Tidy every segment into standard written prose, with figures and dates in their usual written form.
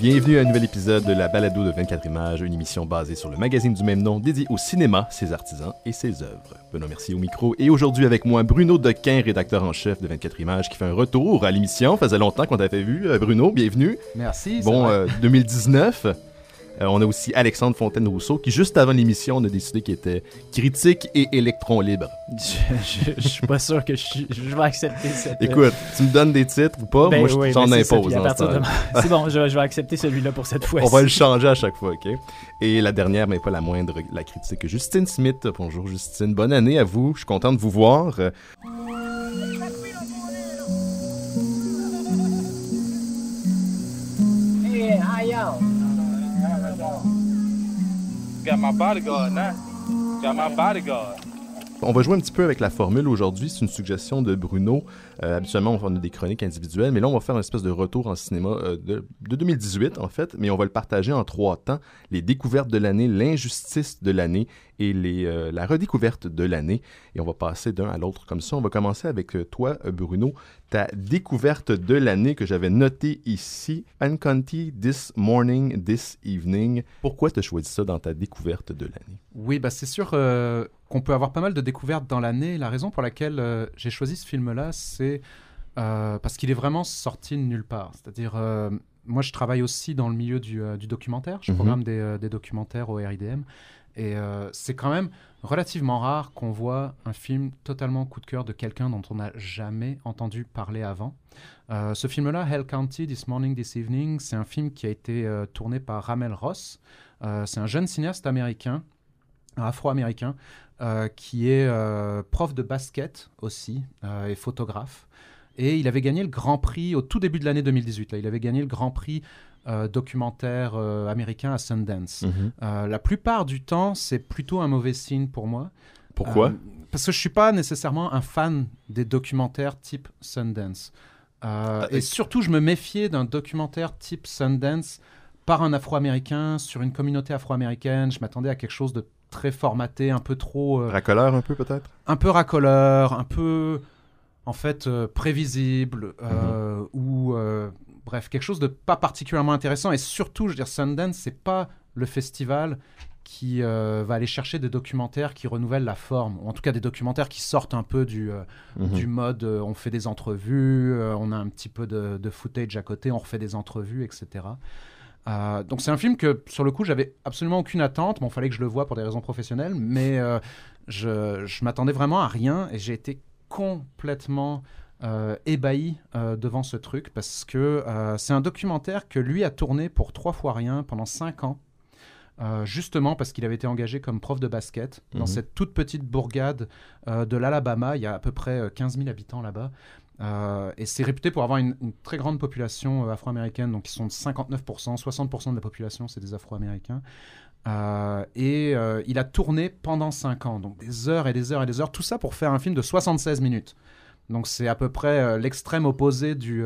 Bienvenue à un nouvel épisode de la balado de 24 images, une émission basée sur le magazine du même nom dédié au cinéma, ses artisans et ses œuvres. Benoît Mercier au micro et aujourd'hui avec moi Bruno Dequin, rédacteur en chef de 24 images qui fait un retour à l'émission. Faisait longtemps qu'on t'avait vu. Bruno, bienvenue. Merci. Bon, 2019. On a aussi Alexandre Fontaine-Rousseau qui, juste avant l'émission, on a décidé qu'il était critique et électron libre. Je suis pas sûr que je vais accepter cette... Écoute, tu me donnes des titres ou pas? Ben, moi, oui, je t'en impose. C'est bon, je vais accepter celui-là pour cette fois-ci. On va le changer à chaque fois, OK? Et la dernière, mais pas la moindre, la critique Justine Smith. Bonjour Justine, bonne année à vous. Je suis content de vous voir. Hey, how y'all? Got my bodyguard now. Got my bodyguard. On va jouer un petit peu avec la formule aujourd'hui. C'est une suggestion de Bruno. Habituellement, on a des chroniques individuelles, mais là, on va faire une espèce de retour en cinéma de 2018, en fait, mais on va le partager en 3 temps. Les découvertes de l'année, l'injustice de l'année et la redécouverte de l'année. Et on va passer d'un à l'autre comme ça. On va commencer avec toi, Bruno. Ta découverte de l'année que j'avais notée ici, Uncanny This Morning, This Evening. Pourquoi tu as choisi ça dans ta découverte de l'année? Oui, c'est sûr qu'on peut avoir pas mal de découvertes dans l'année. La raison pour laquelle j'ai choisi ce film-là, c'est parce qu'il est vraiment sorti de nulle part. C'est-à-dire, moi, je travaille aussi dans le milieu du documentaire. Je programme des documentaires au RIDM. Et c'est quand même relativement rare qu'on voit un film totalement coup de cœur de quelqu'un dont on n'a jamais entendu parler avant. Ce film-là, Hell County, This Morning, This Evening, c'est un film qui a été tourné par Ramel Ross. C'est un jeune cinéaste américain, afro-américain, qui est prof de basket aussi et photographe. Et il avait gagné le Grand Prix au tout début de l'année 2018. Là, il avait gagné le Grand Prix documentaire américain à Sundance. La plupart du temps, c'est plutôt un mauvais signe pour moi. Pourquoi? Parce que je ne suis pas nécessairement un fan des documentaires type Sundance. Et surtout, je me méfiais d'un documentaire type Sundance par un Afro-Américain sur une communauté afro-américaine. Je m'attendais à quelque chose de très formaté, un peu trop... racoleur un peu peut-être? Un peu racoleur, un peu en fait prévisible ou... bref, quelque chose de pas particulièrement intéressant. Et surtout, je veux dire, Sundance, c'est pas le festival qui va aller chercher des documentaires qui renouvellent la forme, ou en tout cas des documentaires qui sortent un peu du mode on fait des entrevues, on a un petit peu de footage à côté, on refait des entrevues, etc. Donc c'est un film que, sur le coup, j'avais absolument aucune attente. Bon, il fallait que je le voie pour des raisons professionnelles, mais je m'attendais vraiment à rien et j'ai été complètement... ébahi devant ce truc parce que c'est un documentaire que lui a tourné pour 3 fois rien pendant 5 ans, justement parce qu'il avait été engagé comme prof de basket dans cette toute petite bourgade de l'Alabama. Il y a à peu près 15 000 habitants là-bas et c'est réputé pour avoir une très grande population afro-américaine, donc ils sont de 59%, 60% de la population c'est des afro-américains. Et il a tourné pendant 5 ans, donc des heures et des heures et des heures, tout ça pour faire un film de 76 minutes. Donc c'est à peu près l'extrême opposé du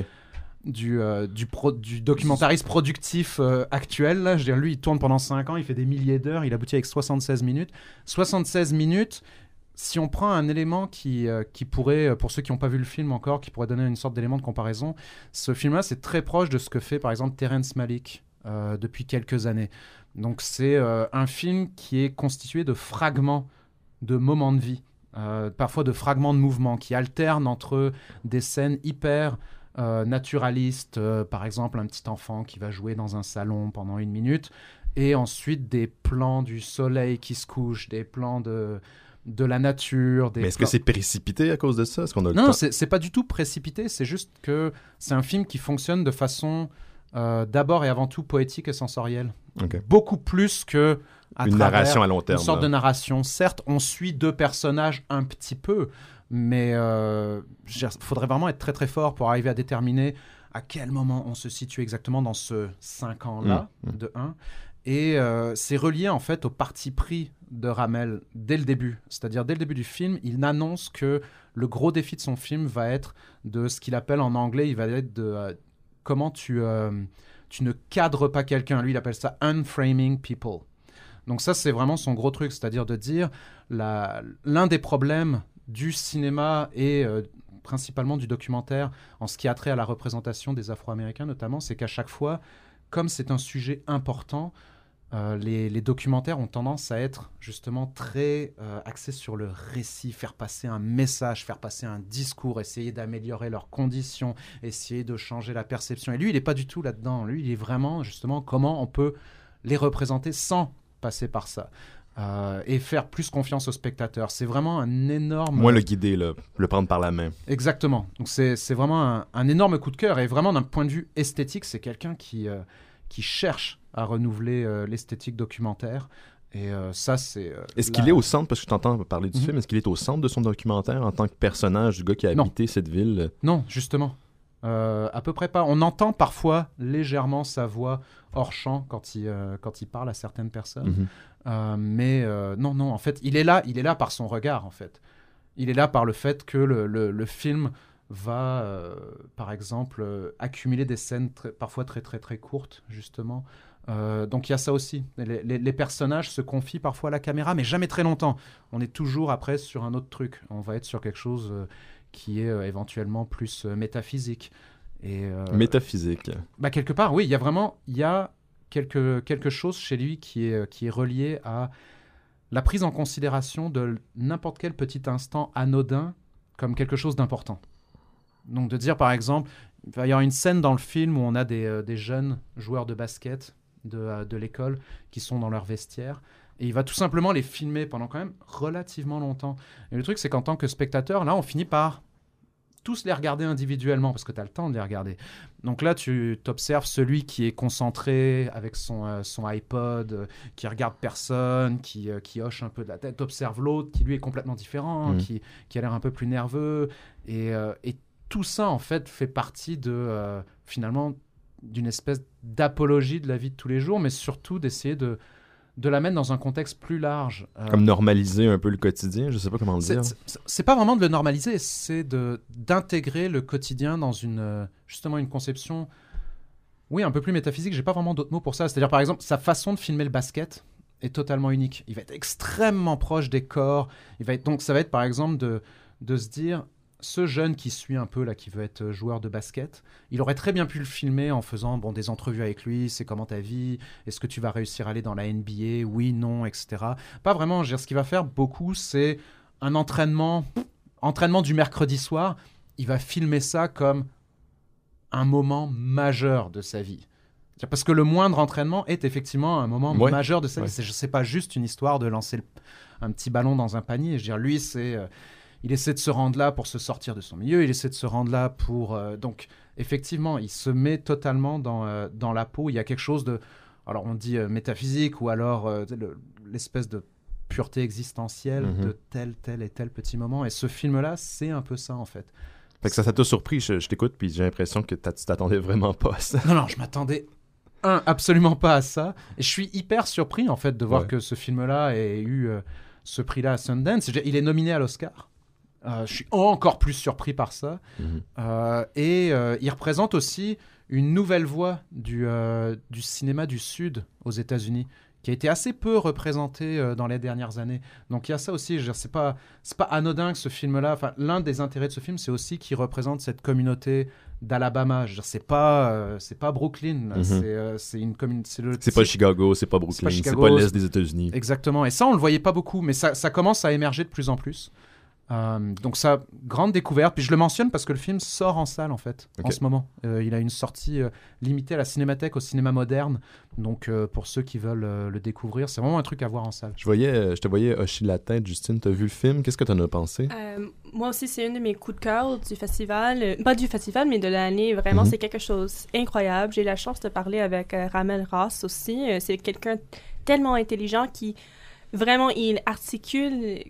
documentariste productif actuel. Là. Je veux dire, lui, il tourne pendant 5 ans, il fait des milliers d'heures, il aboutit avec 76 minutes. 76 minutes, si on prend un élément qui pourrait, pour ceux qui n'ont pas vu le film encore, qui pourrait donner une sorte d'élément de comparaison, ce film-là, c'est très proche de ce que fait par exemple Terrence Malick depuis quelques années. Donc c'est un film qui est constitué de fragments, de moments de vie. Parfois de fragments de mouvement qui alternent entre des scènes hyper naturalistes, par exemple un petit enfant qui va jouer dans un salon pendant 1 minute, et ensuite des plans du soleil qui se couche, des plans de la nature. Mais est-ce que c'est précipité à cause de ça? Est-ce qu'on a Non, c'est pas du tout précipité, c'est juste que c'est un film qui fonctionne de façon d'abord et avant tout poétique et sensorielle. Okay. Beaucoup plus que... une narration à long terme. Une sorte de narration. Certes, on suit 2 personnages un petit peu, mais il faudrait vraiment être très très fort pour arriver à déterminer à quel moment on se situe exactement dans ce 5 ans-là, de 1. Et c'est relié en fait au parti pris de Ramel dès le début. C'est-à-dire dès le début du film, il annonce que le gros défi de son film va être de ce qu'il appelle en anglais, il va être de comment tu ne cadres pas quelqu'un. Lui, il appelle ça « unframing people ». Donc ça, c'est vraiment son gros truc, c'est-à-dire de dire l'un des problèmes du cinéma et principalement du documentaire en ce qui a trait à la représentation des Afro-Américains notamment, c'est qu'à chaque fois comme c'est un sujet important, les documentaires ont tendance à être justement très axés sur le récit, faire passer un message, faire passer un discours, essayer d'améliorer leurs conditions, essayer de changer la perception. Et lui, il n'est pas du tout là-dedans. Lui, il est vraiment justement comment on peut les représenter sans passer par ça. Et faire plus confiance au spectateur. C'est vraiment un énorme... Moi, le guider, là, le prendre par la main. Exactement. Donc c'est vraiment un énorme coup de cœur. Et vraiment, d'un point de vue esthétique, c'est quelqu'un qui cherche à renouveler l'esthétique documentaire. Et ça, c'est... Est-ce qu'il est au centre, parce que je t'entends parler du film, est-ce qu'il est au centre de son documentaire en tant que personnage du gars qui a habité cette ville? Non, justement. À peu près pas. On entend parfois légèrement sa voix hors champ quand il parle à certaines personnes. Mais non, en fait, il est là par son regard, en fait. Il est là par le fait que le film va, par exemple, accumuler des scènes parfois très, très, très courtes, justement. Donc il y a ça aussi. Les personnages se confient parfois à la caméra, mais jamais très longtemps. On est toujours après sur un autre truc. On va être sur quelque chose qui est éventuellement plus métaphysique. Métaphysique. Quelque part, oui, il y a quelque chose chez lui qui est relié à la prise en considération de n'importe quel petit instant anodin comme quelque chose d'important. Donc de dire, par exemple, il va y avoir une scène dans le film où on a des jeunes joueurs de basket de l'école qui sont dans leur vestiaire. Et il va tout simplement les filmer pendant quand même relativement longtemps. Et le truc, c'est qu'en tant que spectateur, là, on finit par tous les regarder individuellement, parce que tu as le temps de les regarder. Donc là, tu t'observes celui qui est concentré avec son iPod, qui regarde personne, qui hoche un peu de la tête. Tu observes l'autre qui, lui, est complètement différent, qui a l'air un peu plus nerveux. Et tout ça, en fait, fait partie finalement, d'une espèce d'apologie de la vie de tous les jours, mais surtout d'essayer de la mettre dans un contexte plus large. Comme normaliser un peu le quotidien, je sais pas comment le dire. C'est pas vraiment de le normaliser, c'est d'intégrer le quotidien dans justement une conception, oui, un peu plus métaphysique. J'ai pas vraiment d'autres mots pour ça. C'est-à-dire, par exemple, sa façon de filmer le basket est totalement unique. Il va être extrêmement proche des corps. Donc, ça va être, par exemple, de se dire... Ce jeune qui suit un peu, là, qui veut être joueur de basket, il aurait très bien pu le filmer en faisant des entrevues avec lui, c'est comment ta vie, est-ce que tu vas réussir à aller dans la NBA, oui, non, etc. Pas vraiment, ce qu'il va faire beaucoup, c'est un entraînement du mercredi soir, il va filmer ça comme un moment majeur de sa vie. Parce que le moindre entraînement est effectivement un moment majeur de sa vie. C'est pas juste une histoire de lancer un petit ballon dans un panier. Je veux dire, lui, c'est... il essaie de se rendre là pour se sortir de son milieu, il essaie de se rendre là pour... donc, effectivement, il se met totalement dans la peau. Il y a quelque chose de... Alors, on dit métaphysique ou alors l'espèce de pureté existentielle de tel et tel petit moment. Et ce film-là, c'est un peu ça, en fait. Fait que ça t'a surpris, je t'écoute, puis j'ai l'impression que tu t'attendais vraiment pas à ça. Non, je m'attendais absolument pas à ça. Et je suis hyper surpris, en fait, de voir que ce film-là ait eu ce prix-là à Sundance. Il est nominé à l'Oscar. Je suis encore plus surpris par ça. Et il représente aussi une nouvelle voie du cinéma du Sud aux États-Unis, qui a été assez peu représentée dans les dernières années. Donc il y a ça aussi. Je veux dire, c'est pas anodin que ce film-là... Enfin, l'un des intérêts de ce film, c'est aussi qu'il représente cette communauté d'Alabama. Je veux dire, c'est pas Brooklyn. C'est une communauté... C'est pas Chicago, c'est pas Brooklyn, c'est pas l'Est des États-Unis. Exactement. Et ça, on le voyait pas beaucoup, mais ça commence à émerger de plus en plus. Donc ça, grande découverte. Puis je le mentionne parce que le film sort en salle en fait, en ce moment. Il a une sortie limitée à la Cinémathèque, au cinéma moderne. Donc pour ceux qui veulent le découvrir, c'est vraiment un truc à voir en salle. Je te voyais hocher la tête, Justine. T'as vu le film? Qu'est-ce que t'en as pensé? Moi aussi, c'est un de mes coups de cœur du festival. Pas du festival, mais de l'année. Vraiment, c'est quelque chose d'incroyable. J'ai eu la chance de parler avec Ramel Ross aussi. C'est quelqu'un tellement intelligent qui, vraiment, il articule...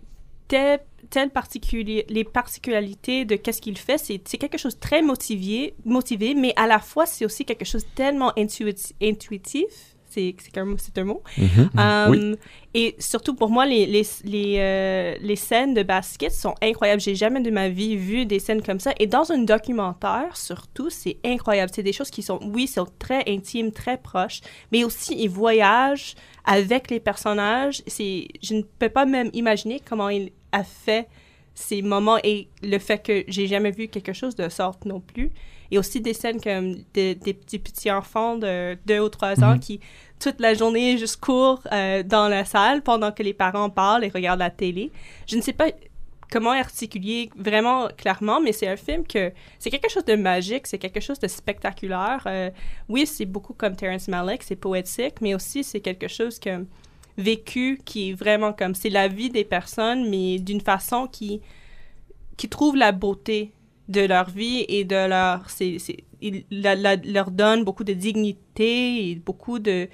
les particularités de qu'est-ce qu'il fait, c'est quelque chose de très motivé, mais à la fois, c'est aussi quelque chose de tellement intuitif. C'est un mot. Oui. Et surtout, pour moi, les scènes de basket sont incroyables. J'ai jamais de ma vie vu des scènes comme ça. Et dans un documentaire, surtout, c'est incroyable. C'est des choses qui sont très intimes, très proches, mais aussi, ils voyagent avec les personnages. Je ne peux pas même imaginer comment il a fait ces moments et le fait que j'ai jamais vu quelque chose de sorte non plus. Et aussi des scènes comme des petits enfants de 2 ou 3 ans qui, toute la journée, juste courent dans la salle pendant que les parents parlent et regardent la télé. Je ne sais pas comment articuler vraiment clairement, mais c'est un film que... C'est quelque chose de magique, c'est quelque chose de spectaculaire. Oui, c'est beaucoup comme Terrence Malick, c'est poétique, mais aussi c'est quelque chose que... vécu, qui est vraiment comme... C'est la vie des personnes, mais d'une façon qui trouve la beauté de leur vie et de leur... il leur donne beaucoup de dignité et beaucoup de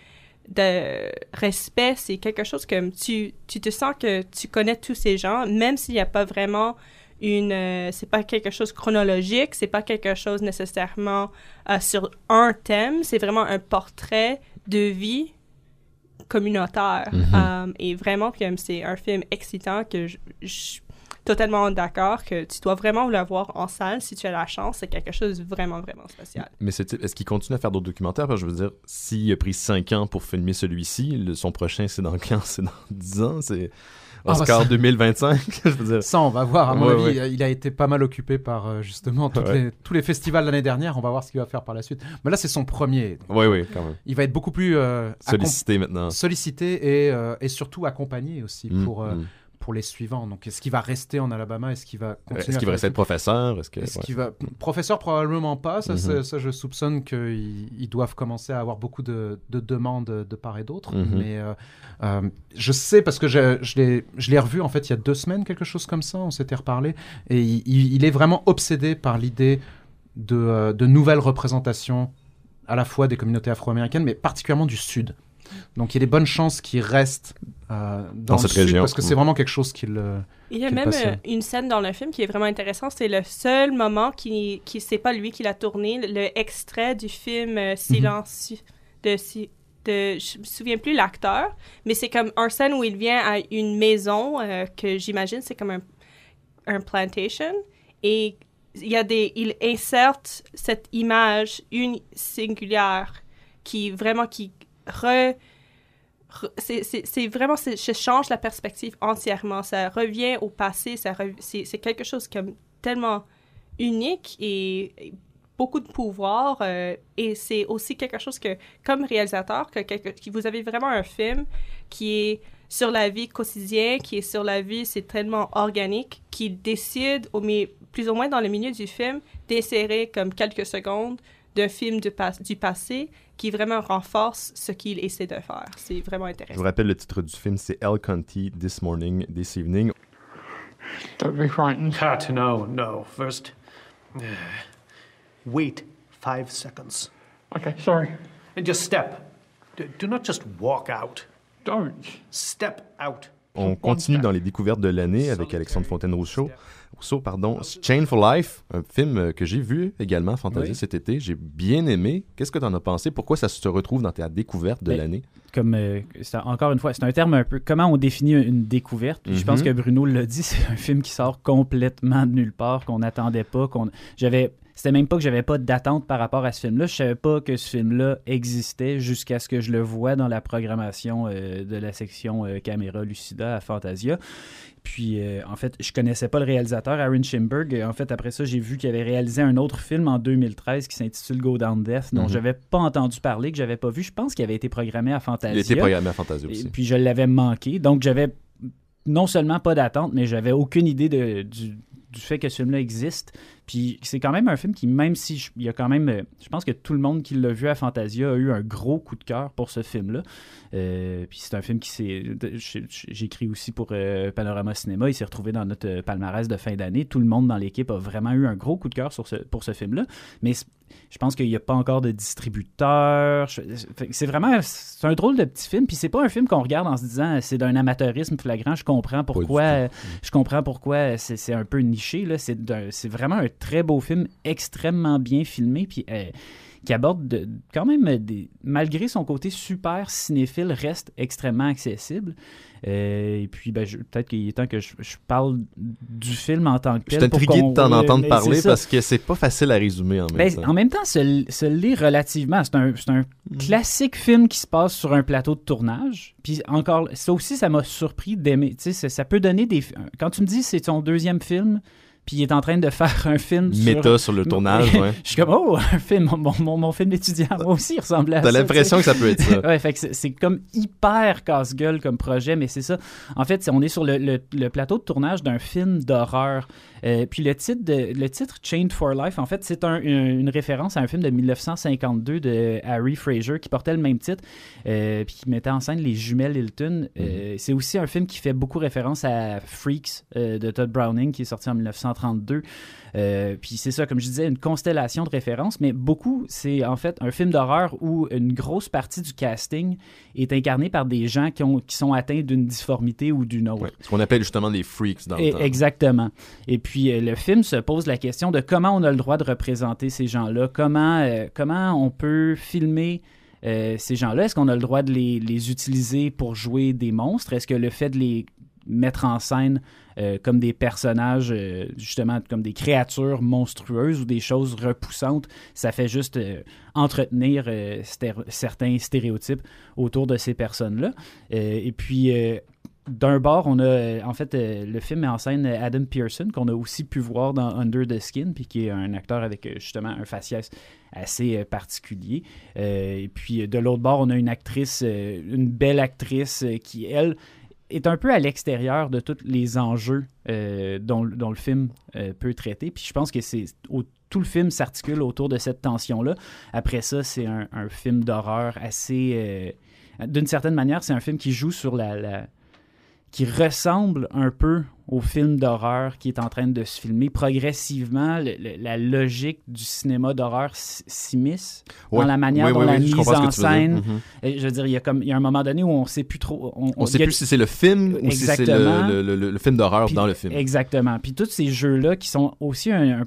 respect. C'est quelque chose comme... Tu te sens que tu connais tous ces gens, même s'il n'y a pas vraiment c'est pas quelque chose chronologique, c'est pas quelque chose nécessairement sur un thème, c'est vraiment un portrait de vie communautaire. Et vraiment, comme c'est un film excitant que je suis totalement d'accord que tu dois vraiment le voir en salle si tu as la chance. C'est quelque chose de vraiment, vraiment spécial. Mais est-ce qu'il continue à faire d'autres documentaires? Parce que je veux dire, s'il a pris 5 ans pour filmer celui-ci, son prochain, c'est dans quand? C'est dans 10 ans? C'est Oscar 2025? Je veux dire. Ça, on va voir. À mon avis, il a été pas mal occupé par justement tous les festivals l'année dernière. On va voir ce qu'il va faire par la suite. Mais là, c'est son premier. Oui, quand même. Il va être beaucoup plus sollicité maintenant. Sollicité et surtout accompagné aussi pour les suivants. Donc, est-ce qu'il va rester en Alabama? Est-ce qu'il va continuer Est-ce qu'il va rester être professeur? Est-ce qu'il va... Professeur, probablement pas. Ça, je soupçonne qu'ils doivent commencer à avoir beaucoup de demandes de part et d'autre. Mais je sais, parce que je l'ai revu, en fait, il y a 2 semaines, quelque chose comme ça. On s'était reparlé. Et il est vraiment obsédé par l'idée de nouvelles représentations, à la fois des communautés afro-américaines, mais particulièrement du Sud. Donc, il y a des bonnes chances qu'il reste dans cette le région. Parce que c'est vraiment quelque chose Il y a même une scène dans le film qui est vraiment intéressante. C'est le seul moment qui c'est pas lui qui l'a tourné, le extrait du film Silencieux je me souviens plus l'acteur, mais c'est comme une scène où il vient à une maison que j'imagine c'est comme un plantation et il inserte cette image singulière qui vraiment c'est vraiment, ça change la perspective entièrement. Ça revient au passé, c'est quelque chose comme tellement unique et beaucoup de pouvoir. Et c'est aussi quelque chose que, comme réalisateur, que vous avez vraiment un film qui est sur la vie quotidienne, qui est sur la vie, c'est tellement organique, qui décide, plus ou moins dans le milieu du film, d'insérer comme quelques secondes d'un film du passé qui vraiment renforce ce qu'il essaie de faire. C'est vraiment intéressant. Je vous rappelle le titre du film, c'est El Conte, This Morning, This Evening. Don't be frightened. Cat, no. First, wait 5 seconds. Okay, sorry. And just step. Do not just walk out. Don't. Step out. On continue dans les découvertes de l'année avec Alexandre Fontaine-Rousseau. Chain for Life, un film que j'ai vu également, Fantasia, cet été. J'ai bien aimé. Qu'est-ce que tu en as pensé? Pourquoi ça se retrouve dans ta découverte de l'année? Comme, encore une fois, c'est un terme un peu... Comment on définit une découverte? Je pense que Bruno l'a dit, c'est un film qui sort complètement de nulle part, qu'on n'attendait pas, C'était même pas que j'avais pas d'attente par rapport à ce film-là. Je savais pas que ce film-là existait jusqu'à ce que je le voie dans la programmation de la section Caméra Lucida à Fantasia. Puis, en fait, je connaissais pas le réalisateur, Aaron Schimberg. En fait, après ça, j'ai vu qu'il avait réalisé un autre film en 2013 qui s'intitule Go Down Death, dont j'avais pas entendu parler, que j'avais pas vu. Je pense qu'il avait été programmé à Fantasia. Il a été programmé à Fantasia aussi. Et puis, je l'avais manqué. Donc, j'avais non seulement pas d'attente, mais j'avais aucune idée du fait que ce film-là existe. Puis c'est quand même un film qui, même si il y a quand même... je pense que tout le monde qui l'a vu à Fantasia a eu un gros coup de cœur pour ce film-là. Puis c'est un film qui s'est... J'écris aussi pour Panorama Cinéma. Il s'est retrouvé dans notre palmarès de fin d'année. Tout le monde dans l'équipe a vraiment eu un gros coup de cœur pour ce film-là. Mais je pense qu'il n'y a pas encore de distributeur. C'est un drôle de petit film. Puis c'est pas un film qu'on regarde en se disant c'est d'un amateurisme flagrant. Je comprends pourquoi c'est un peu niché. Là. C'est vraiment un très beau film, extrêmement bien filmé. Puis qui aborde quand même, malgré son côté super cinéphile, reste extrêmement accessible. Et puis, peut-être qu'il est temps que je parle du film en tant que tel. Je suis intrigué de t'en entendre parler parce que c'est pas facile à résumer en même temps. En même temps, se lire relativement. C'est un classique film qui se passe sur un plateau de tournage. Puis encore, ça aussi, ça m'a surpris d'aimer. Tu sais, ça peut donner des... Quand tu me dis que c'est son deuxième film... puis il est en train de faire un film sur le tournage, ouais. Je suis comme, oh, un film, mon film d'étudiant, moi aussi, il ressemblait à ça. T'as l'impression que ça peut être ça. Ouais, fait que c'est comme hyper casse-gueule comme projet, mais c'est ça. En fait, on est sur le plateau de tournage d'un film d'horreur. Puis le titre Chained for Life, en fait, c'est une référence à un film de 1952 de Harry Fraser qui portait le même titre, puis qui mettait en scène les jumelles Hilton. C'est aussi un film qui fait beaucoup référence à Freaks de Todd Browning, qui est sorti en 1932. Puis c'est ça, comme je disais, une constellation de références, mais beaucoup, c'est en fait un film d'horreur où une grosse partie du casting est incarnée par des gens qui sont atteints d'une difformité ou d'une autre. Ouais, ce qu'on appelle justement des freaks dans le temps. Exactement. Et puis le film se pose la question de comment on a le droit de représenter ces gens-là, comment on peut filmer ces gens-là. Est-ce qu'on a le droit de les utiliser pour jouer des monstres? Est-ce que le fait de les mettre en scène comme des personnages, justement comme des créatures monstrueuses ou des choses repoussantes, ça fait juste entretenir certains stéréotypes autour de ces personnes-là. Et puis, d'un bord, on a, en fait, le film met en scène Adam Pearson, qu'on a aussi pu voir dans Under the Skin, puis qui est un acteur avec, justement, un faciès assez particulier. Et puis, de l'autre bord, on a une actrice, une belle actrice qui, elle, est un peu à l'extérieur de tous les enjeux dont le film peut traiter. Puis je pense que tout le film s'articule autour de cette tension-là. Après ça, c'est un film d'horreur assez... d'une certaine manière, c'est un film qui joue sur qui ressemble un peu au film d'horreur qui est en train de se filmer. Progressivement, la logique du cinéma d'horreur s'immisce dans la manière dont la mise en scène... Je veux dire, il y a un moment donné où on ne sait plus trop... On ne sait plus si c'est le film ou si c'est le film d'horreur dans le film. Exactement. Puis tous ces jeux-là qui sont aussi un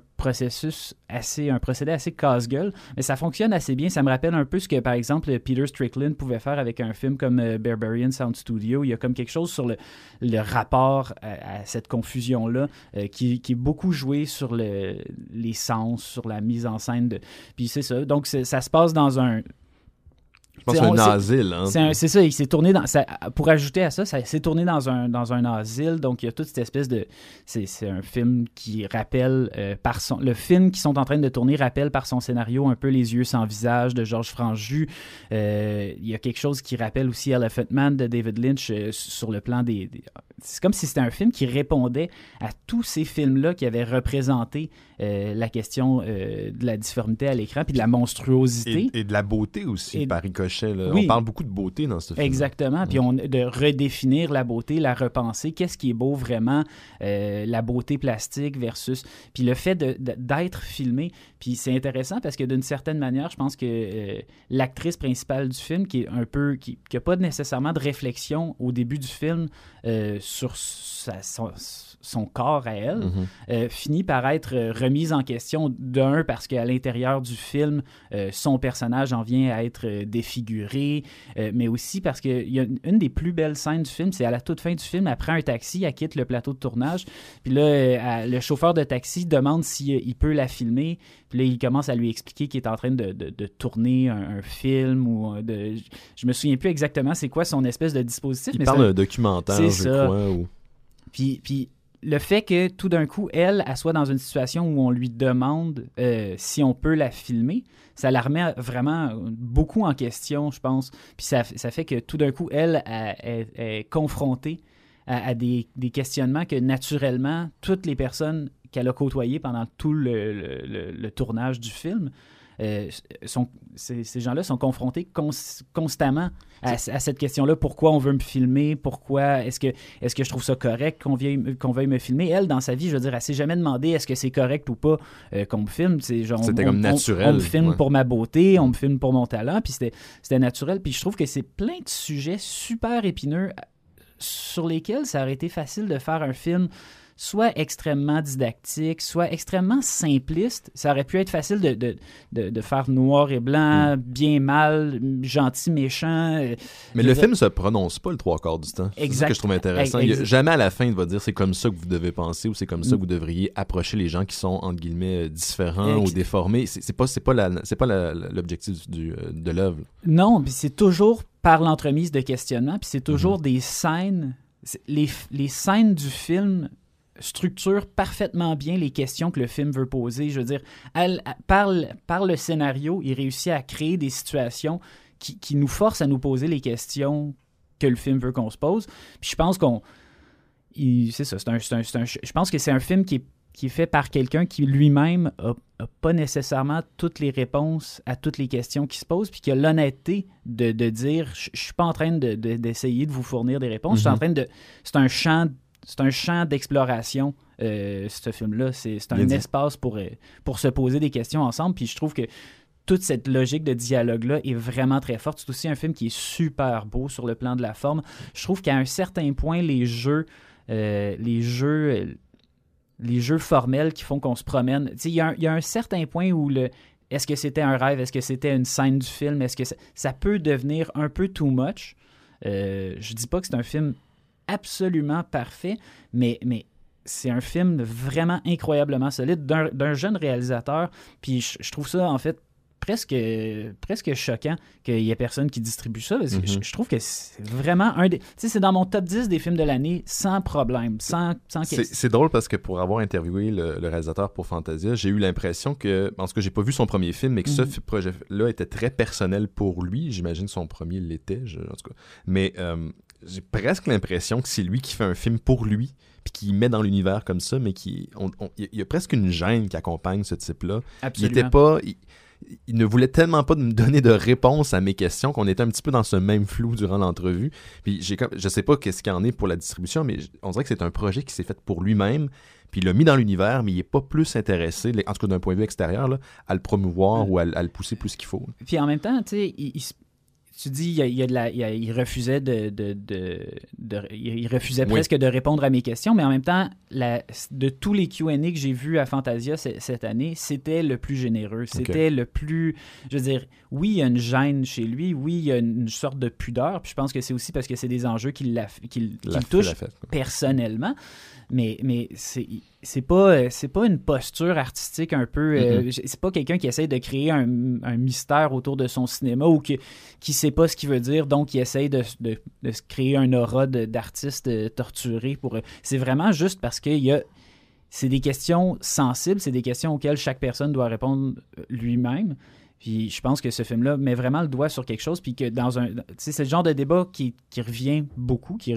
procédé assez casse-gueule, mais ça fonctionne assez bien. Ça me rappelle un peu ce que, par exemple, Peter Strickland pouvait faire avec un film comme Barbarian Sound Studio. Il y a comme quelque chose sur le rapport à cette confusion-là qui est beaucoup joué sur les sens, sur la mise en scène. Puis c'est ça. Donc, ça se passe dans un... Je pense un asile. Hein. C'est ça, il s'est tourné dans... pour ajouter à ça, ça s'est tourné dans un asile, donc il y a toute cette espèce de... C'est un film qui rappelle le film qu'ils sont en train de tourner rappelle par son scénario un peu Les yeux sans visage de Georges Franju. Il y a quelque chose qui rappelle aussi Elephant Man de David Lynch sur le plan des... C'est comme si c'était un film qui répondait à tous ces films-là qui avaient représenté la question de la difformité à l'écran, puis de la monstruosité. Et de la beauté aussi, par ricochet. Oui. On parle beaucoup de beauté dans ce film. Exactement. Puis de redéfinir la beauté, la repenser. Qu'est-ce qui est beau vraiment? La beauté plastique versus... Puis le fait d'être filmé. Puis c'est intéressant parce que d'une certaine manière, je pense que l'actrice principale du film, qui est un peu... qui n'a pas nécessairement de réflexion au début du film sur son corps à elle, finit par être remise en question parce qu'à l'intérieur du film, son personnage en vient à être défiguré, mais aussi parce qu'il y a une des plus belles scènes du film, c'est à la toute fin du film, elle prend un taxi, elle quitte le plateau de tournage, puis là, le chauffeur de taxi demande s'il peut la filmer, puis là, il commence à lui expliquer qu'il est en train de tourner un film, ou je me souviens plus exactement c'est quoi son espèce de dispositif. Il parle d'un documentaire, je crois. Puis le fait que tout d'un coup, elle soit dans une situation où on lui demande si on peut la filmer, ça la remet vraiment beaucoup en question, je pense. Puis ça fait que tout d'un coup, elle est confrontée à des questionnements que naturellement, toutes les personnes qu'elle a côtoyées pendant tout le tournage du film, ces gens-là sont confrontés constamment à cette question-là. Pourquoi on veut me filmer? Pourquoi est-ce que je trouve ça correct qu'on veuille me filmer? Elle, dans sa vie, je veux dire, elle s'est jamais demandé est-ce que c'est correct ou pas qu'on me filme. C'était comme naturel. On me filme pour ma beauté, on me filme pour mon talent, puis c'était naturel. Puis je trouve que c'est plein de sujets super épineux sur lesquels ça aurait été facile de faire un film soit extrêmement didactique, soit extrêmement simpliste. Ça aurait pu être facile de faire noir et blanc, bien, mal, gentil, méchant. Mais le film se prononce pas le 3/4 du temps. C'est ça que je trouve intéressant. Jamais à la fin, il va dire c'est comme ça que vous devez penser ou c'est comme ça que vous devriez approcher les gens qui sont, entre guillemets, différents ou déformés. C'est pas l'objectif de l'œuvre. Non, puis c'est toujours par l'entremise de questionnements, puis c'est toujours des scènes. Les scènes du film structurent parfaitement bien les questions que le film veut poser. Je veux dire, par le scénario, il réussit à créer des situations qui nous forcent à nous poser les questions que le film veut qu'on se pose. Puis je pense c'est ça. Je pense que c'est un film qui est fait par quelqu'un qui lui-même a pas nécessairement toutes les réponses à toutes les questions qui se posent, puis qui a l'honnêteté de dire je suis pas en train d'essayer de vous fournir des réponses, je suis en train de c'est un champ d'exploration, ce film-là. C'est un espace pour se poser des questions ensemble, puis je trouve que toute cette logique de dialogue-là est vraiment très forte. C'est aussi un film qui est super beau sur le plan de la forme. Je trouve qu'à un certain point, les jeux formels qui font qu'on se promène. Il y a un certain point où est-ce que c'était un rêve? Est-ce que c'était une scène du film? Est-ce que ça peut devenir un peu too much? Je dis pas que c'est un film absolument parfait, mais c'est un film vraiment incroyablement solide d'un jeune réalisateur. Puis je trouve ça, en fait, presque choquant qu'il y ait personne qui distribue ça, parce que je trouve que c'est vraiment un des... Tu sais, c'est dans mon top 10 des films de l'année, sans problème, sans question. C'est drôle parce que pour avoir interviewé le réalisateur pour Fantasia, j'ai eu l'impression que, en tout cas, j'ai pas vu son premier film, mais que ce projet-là était très personnel pour lui. J'imagine que son premier l'était, en tout cas. Mais j'ai presque l'impression que c'est lui qui fait un film pour lui, puis qui met dans l'univers comme ça, mais il y a presque une gêne qui accompagne ce type-là. Absolument. Il ne voulait tellement pas me donner de réponse à mes questions qu'on était un petit peu dans ce même flou durant l'entrevue. Puis je sais pas qu'est-ce qu'il y en est pour la distribution, mais on dirait que c'est un projet qui s'est fait pour lui-même, puis il l'a mis dans l'univers, mais il n'est pas plus intéressé, en tout cas d'un point de vue extérieur, là, à le promouvoir ou à le pousser plus qu'il faut. Puis en même temps, tu sais, tu dis il refusait il refusait presque de répondre à mes questions, mais en même temps, de tous les Q&A que j'ai vus à Fantasia cette année, c'était le plus généreux. C'était le plus... Je veux dire, oui, il y a une gêne chez lui, oui, il y a une sorte de pudeur, puis je pense que c'est aussi parce que c'est des enjeux qui le touchent personnellement, mais c'est pas une posture artistique un peu... c'est pas quelqu'un qui essaie de créer un mystère autour de son cinéma ou qui sait pas ce qu'il veut dire, donc il essaie de se créer un aura d'artiste torturé. C'est vraiment juste parce que c'est des questions sensibles, c'est des questions auxquelles chaque personne doit répondre lui-même. Puis je pense que ce film-là met vraiment le doigt sur quelque chose, puis que c'est le genre de débat qui revient beaucoup, qui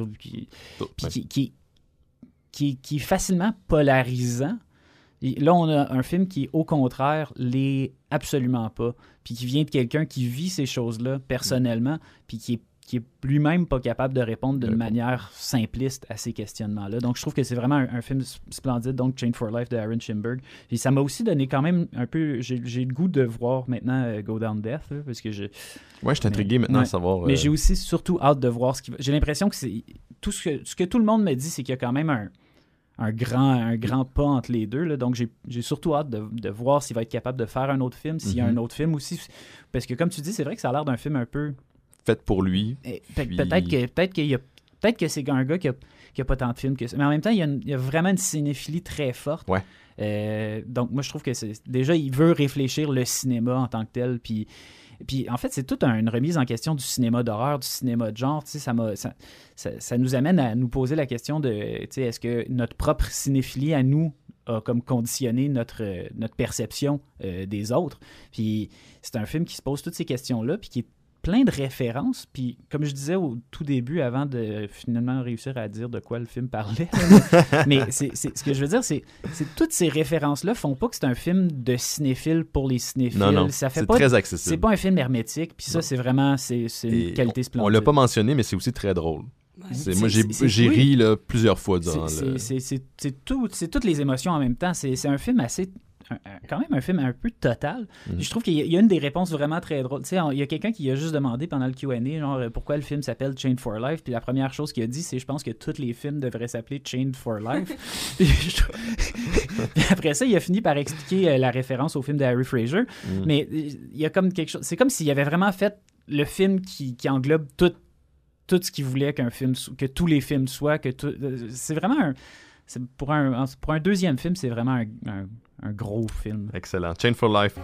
est facilement polarisant. Et là, on a un film qui, au contraire, l'est absolument pas. Puis qui vient de quelqu'un qui vit ces choses-là personnellement, puis qui est lui-même pas capable de répondre d'une manière simpliste à ces questionnements-là. Donc, je trouve que c'est vraiment un film splendide, donc Chained for Life de Aaron Schimberg. Puis ça m'a aussi donné quand même un peu... J'ai le goût de voir maintenant Go Down Death, là, parce que je... Ouais, je suis intrigué maintenant à savoir... Mais j'ai aussi surtout hâte de voir ce qui va... J'ai l'impression que c'est... Ce que tout le monde me dit, c'est qu'il y a quand même un grand pas entre les deux. Là. Donc, j'ai surtout hâte de voir s'il va être capable de faire un autre film, s'il y a un autre film aussi. Parce que, comme tu dis, c'est vrai que ça a l'air d'un film un peu... fait pour lui. Peut-être que c'est un gars qui a pas tant de films que ça. Mais en même temps, il y a vraiment une cinéphilie très forte. Ouais. Donc, moi, je trouve que déjà, il veut réfléchir le cinéma en tant que tel. Puis en fait, c'est toute une remise en question du cinéma d'horreur, du cinéma de genre. Ça nous amène à nous poser la question de est-ce que notre propre cinéphilie à nous a comme conditionné notre perception des autres. Puis c'est un film qui se pose toutes ces questions-là, puis qui est plein de références. Puis comme je disais au tout début, avant de finalement réussir à dire de quoi le film parlait, mais ce que je veux dire, c'est toutes ces références-là font pas que c'est un film de cinéphile pour les cinéphiles. Non, ça fait c'est pas très accessible. C'est pas un film hermétique, puis ça, c'est vraiment c'est une qualité splendide. On l'a pas mentionné, mais c'est aussi très drôle. Ouais. Moi, j'ai ri là, plusieurs fois durant c'est toutes les émotions en même temps. C'est un film assez quand même un film un peu total. Je trouve qu'il y a une des réponses vraiment très drôles. Tu sais, il y a quelqu'un qui a juste demandé pendant le Q&A, genre, pourquoi le film s'appelle Chained for Life, puis la première chose qu'il a dit, c'est je pense que tous les films devraient s'appeler Chained for Life. Puis après ça, il a fini par expliquer la référence au film de Harry Fraser, mais il y a comme quelque chose... C'est comme s'il avait vraiment fait le film qui englobe tout ce qu'il voulait que tous les films soient, c'est vraiment pour un deuxième film, c'est vraiment un gros film. Excellent. Chained for Life.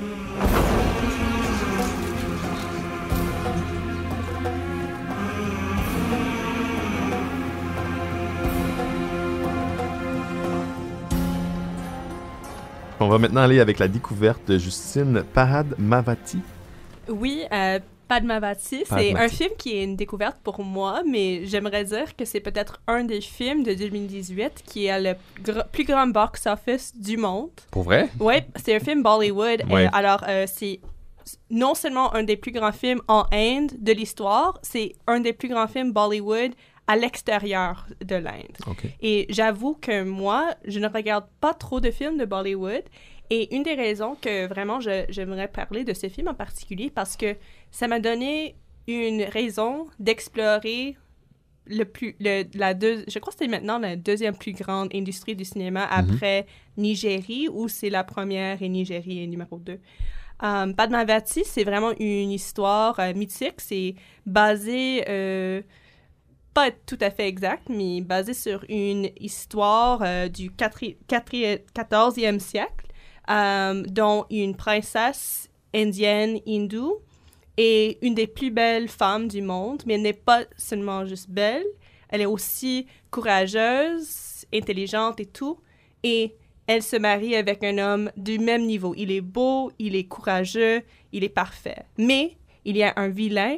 On va maintenant aller avec la découverte de Justine Padmavati. Oui, Padmavati, c'est un film qui est une découverte pour moi, mais j'aimerais dire que c'est peut-être un des films de 2018 qui a le plus grand box-office du monde. Pour vrai? Oui, c'est un film Bollywood. Ouais. Alors, c'est non seulement un des plus grands films en Inde de l'histoire, c'est un des plus grands films Bollywood à l'extérieur de l'Inde. Okay. Et j'avoue que moi, je ne regarde pas trop de films de Bollywood. Et une des raisons que vraiment j'aimerais parler de ce film en particulier, parce que ça m'a donné une raison d'explorer je crois que c'était maintenant la deuxième plus grande industrie du cinéma après Nigérie, où c'est la première et Nigérie est numéro 2. Padmavati, c'est vraiment une histoire mythique. C'est basé, pas tout à fait exact, mais basé sur une histoire du 14e siècle, dont une princesse indienne hindoue est une des plus belles femmes du monde, mais elle n'est pas seulement juste belle, elle est aussi courageuse, intelligente et tout, et elle se marie avec un homme du même niveau. Il est beau, il est courageux, il est parfait. Mais il y a un vilain,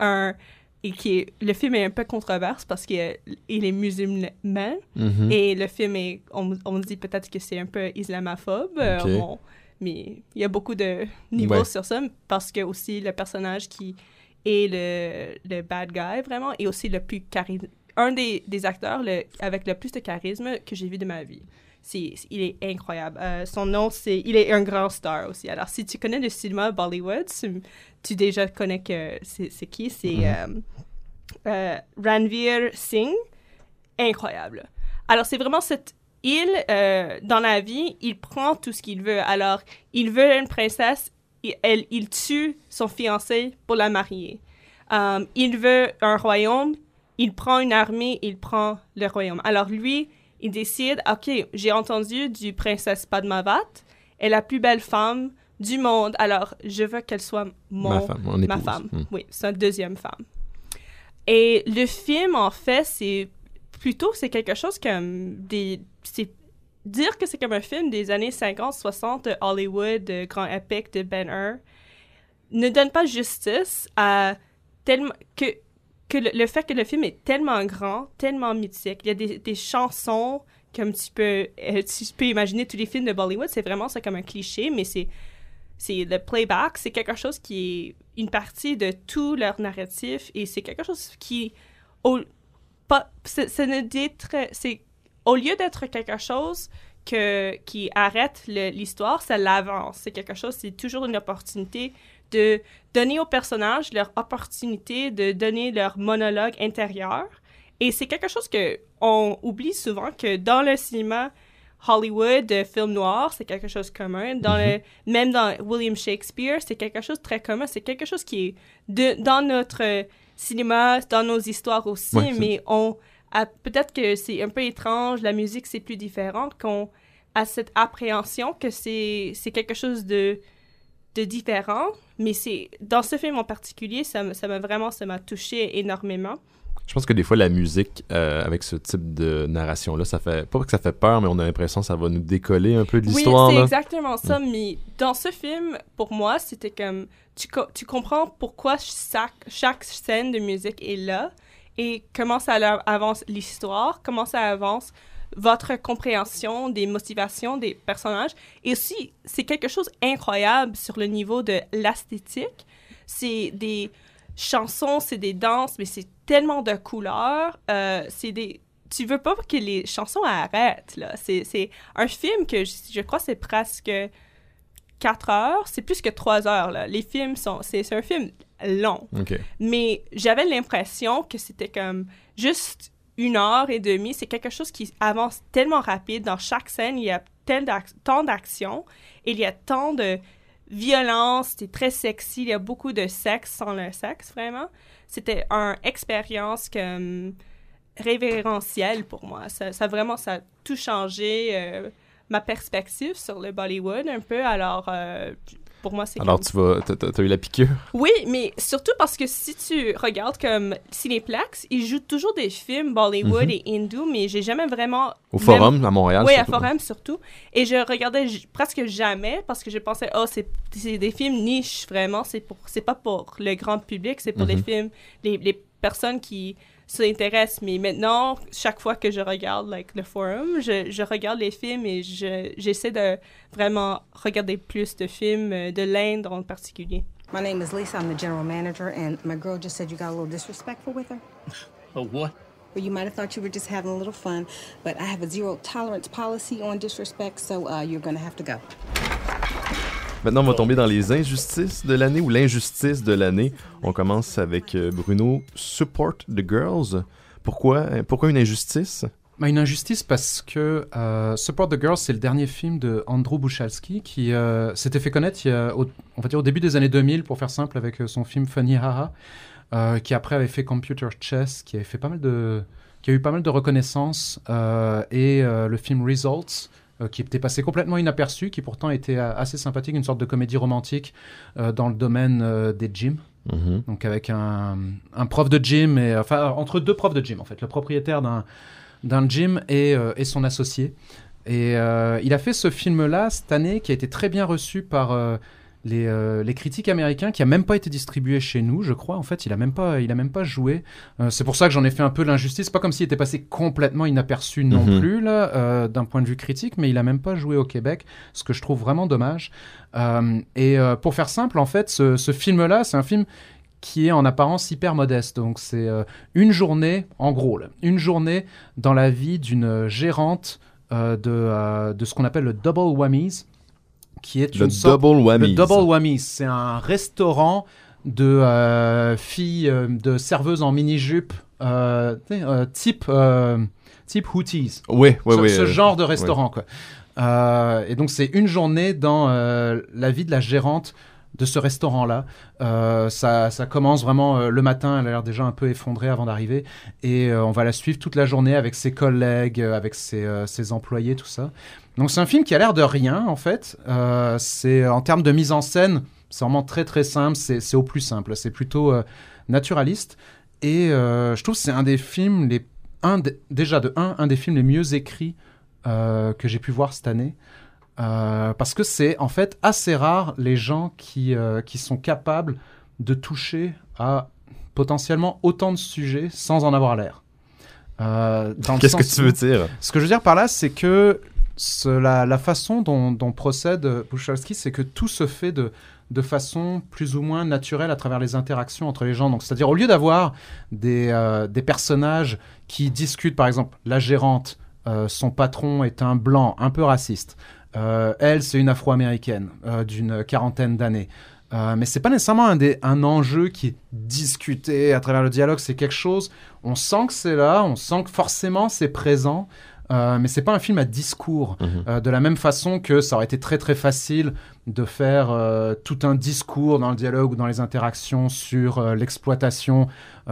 le film est un peu controverse parce qu'il est musulman, et le film on dit peut-être que c'est un peu islamophobe, mais il y a beaucoup de niveaux sur ça, parce que aussi le personnage qui est le bad guy, vraiment, est aussi le plus un des acteurs avec le plus de charisme que j'ai vu de ma vie. Il est incroyable. Son nom, il est un grand star aussi. Alors, si tu connais le cinéma Bollywood, tu déjà connais que c'est qui? C'est Ranveer Singh. Incroyable. Alors, c'est vraiment cette île, dans la vie, il prend tout ce qu'il veut. Alors, il veut une princesse, il tue son fiancé pour la marier. Il veut un royaume, il prend une armée, il prend le royaume. Alors, lui, il décide, OK, j'ai entendu du princesse Padmavat, elle est la plus belle femme du monde, alors je veux qu'elle soit ma femme. Oui, sa deuxième femme. Et le film, en fait, c'est quelque chose comme dire que c'est comme un film des années 50-60 Hollywood, grand épique de Ben-Hur, ne donne pas justice à tellement que le fait que le film est tellement grand, tellement mythique. Il y a des chansons, comme tu peux imaginer tous les films de Bollywood, c'est vraiment ça comme un cliché, mais c'est le playback, c'est quelque chose qui est une partie de tout leur narratif, et c'est quelque chose qui, au lieu d'être quelque chose qui arrête l'histoire, ça l'avance. C'est toujours une opportunité de donner aux personnages leur opportunité de donner leur monologue intérieur. Et c'est quelque chose qu'on oublie souvent, que dans le cinéma Hollywood, film noir, c'est quelque chose de commun. Même dans William Shakespeare, c'est quelque chose de très commun. C'est quelque chose qui est dans notre cinéma, dans nos histoires aussi, mais peut-être que c'est un peu étrange, la musique, c'est plus différent, qu'on a cette appréhension que c'est quelque chose de différent, mais dans ce film en particulier, ça m'a touché énormément. Je pense que des fois, la musique, avec ce type de narration-là, ça fait, pas que ça fait peur, mais on a l'impression que ça va nous décoller un peu de l'histoire. Oui, c'est exactement ça, mais dans ce film, pour moi, c'était comme, tu comprends pourquoi chaque scène de musique est là, et comment ça avance l'histoire, comment ça avance votre compréhension des motivations des personnages. Et aussi, c'est quelque chose d'incroyable sur le niveau de l'esthétique. C'est des chansons, c'est des danses, mais c'est tellement de couleurs. tu veux pas que les chansons arrêtent, là. C'est un film que je crois c'est presque 4 heures. C'est plus que 3 heures, là. Les films c'est un film long. OK. Mais j'avais l'impression que c'était comme juste 1h30. C'est quelque chose qui avance tellement rapide. Dans chaque scène, il y a tant d'action et il y a tant de violence. C'est très sexy. Il y a beaucoup de sexe sans le sexe, vraiment. C'était une expérience comme révérentielle pour moi. Ça a tout changé ma perspective sur le Bollywood un peu. Alors, pour moi, c'est... Alors, t'as eu la piqûre? Oui, mais surtout parce que si tu regardes comme Cinéplex, ils jouent toujours des films Bollywood et hindou, mais j'ai jamais vraiment... Au Forum, à Montréal, oui, surtout. à Forum, surtout. Et je regardais presque jamais parce que je pensais, c'est des films niches, vraiment. C'est pas pour le grand public, c'est pour les films, les personnes qui s'intéressent. Mais maintenant, chaque fois que je regarde le Forum, je regarde les films et j'essaie de vraiment regarder plus de films de l'Inde en particulier. My name is Lisa. I'm the general manager, and my girl just said you got a little disrespectful with her. Oh, what? Well, you might have thought you were just having a little fun, but I have a zero tolerance policy on disrespect, so you're going to have to go. Maintenant, on va tomber dans les injustices de l'année ou l'injustice de l'année. On commence avec Bruno, Support the Girls. Pourquoi une injustice? Une injustice parce que Support the Girls, c'est le dernier film de Andrew Buchalski qui s'était fait connaître on va dire au début des années 2000, pour faire simple, avec son film Funny Haha, qui après avait fait Computer Chess, qui a eu pas mal de reconnaissance, et le film Results, qui était passé complètement inaperçu, qui pourtant était assez sympathique, une sorte de comédie romantique dans le domaine des gyms. Donc avec un prof de gym, entre deux profs de gym en fait, le propriétaire d'un gym et son associé. Et il a fait ce film-là cette année qui a été très bien reçu par les critiques américains, qui a même pas été distribué chez nous, je crois. En fait, il a même pas joué. C'est pour ça que j'en ai fait un peu l'injustice. Pas comme s'il était passé complètement inaperçu non plus là, d'un point de vue critique, mais il a même pas joué au Québec, ce que je trouve vraiment dommage. Et pour faire simple, en fait, ce film-là, c'est un film qui est en apparence hyper modeste. Donc c'est une journée, en gros, là, une journée dans la vie d'une gérante de ce qu'on appelle le Double Whammies, qui est une sorte... Double Whammies. Le Double Whammies, c'est un restaurant de filles, de serveuses en mini-jupe, type Hooties. Oui. Ce genre de restaurant, quoi. Et donc c'est une journée dans la vie de la gérante de ce restaurant-là. Ça commence vraiment le matin, elle a l'air déjà un peu effondrée avant d'arriver, et on va la suivre toute la journée avec ses collègues, avec ses employés, tout ça. Donc c'est un film qui a l'air de rien, en fait. C'est, en termes de mise en scène, c'est vraiment très très simple, c'est au plus simple, c'est plutôt naturaliste, et je trouve que c'est un des films, un des films les mieux écrits que j'ai pu voir cette année. Parce que c'est en fait assez rare les gens qui sont capables de toucher à potentiellement autant de sujets sans en avoir l'air. Qu'est-ce que tu veux dire? Ce que je veux dire par là, c'est que la façon dont procède Buchalski, c'est que tout se fait de façon plus ou moins naturelle à travers les interactions entre les gens. Donc, c'est-à-dire, au lieu d'avoir des personnages qui discutent, par exemple, la gérante, son patron est un blanc un peu raciste. Elle, c'est une afro-américaine d'une quarantaine d'années. Mais c'est pas nécessairement un enjeu qui est discuté à travers le dialogue. C'est quelque chose, on sent que c'est là, on sent que forcément c'est présent. Mais c'est pas un film à discours. De la même façon que ça aurait été très très facile de faire tout un discours dans le dialogue ou dans les interactions sur l'exploitation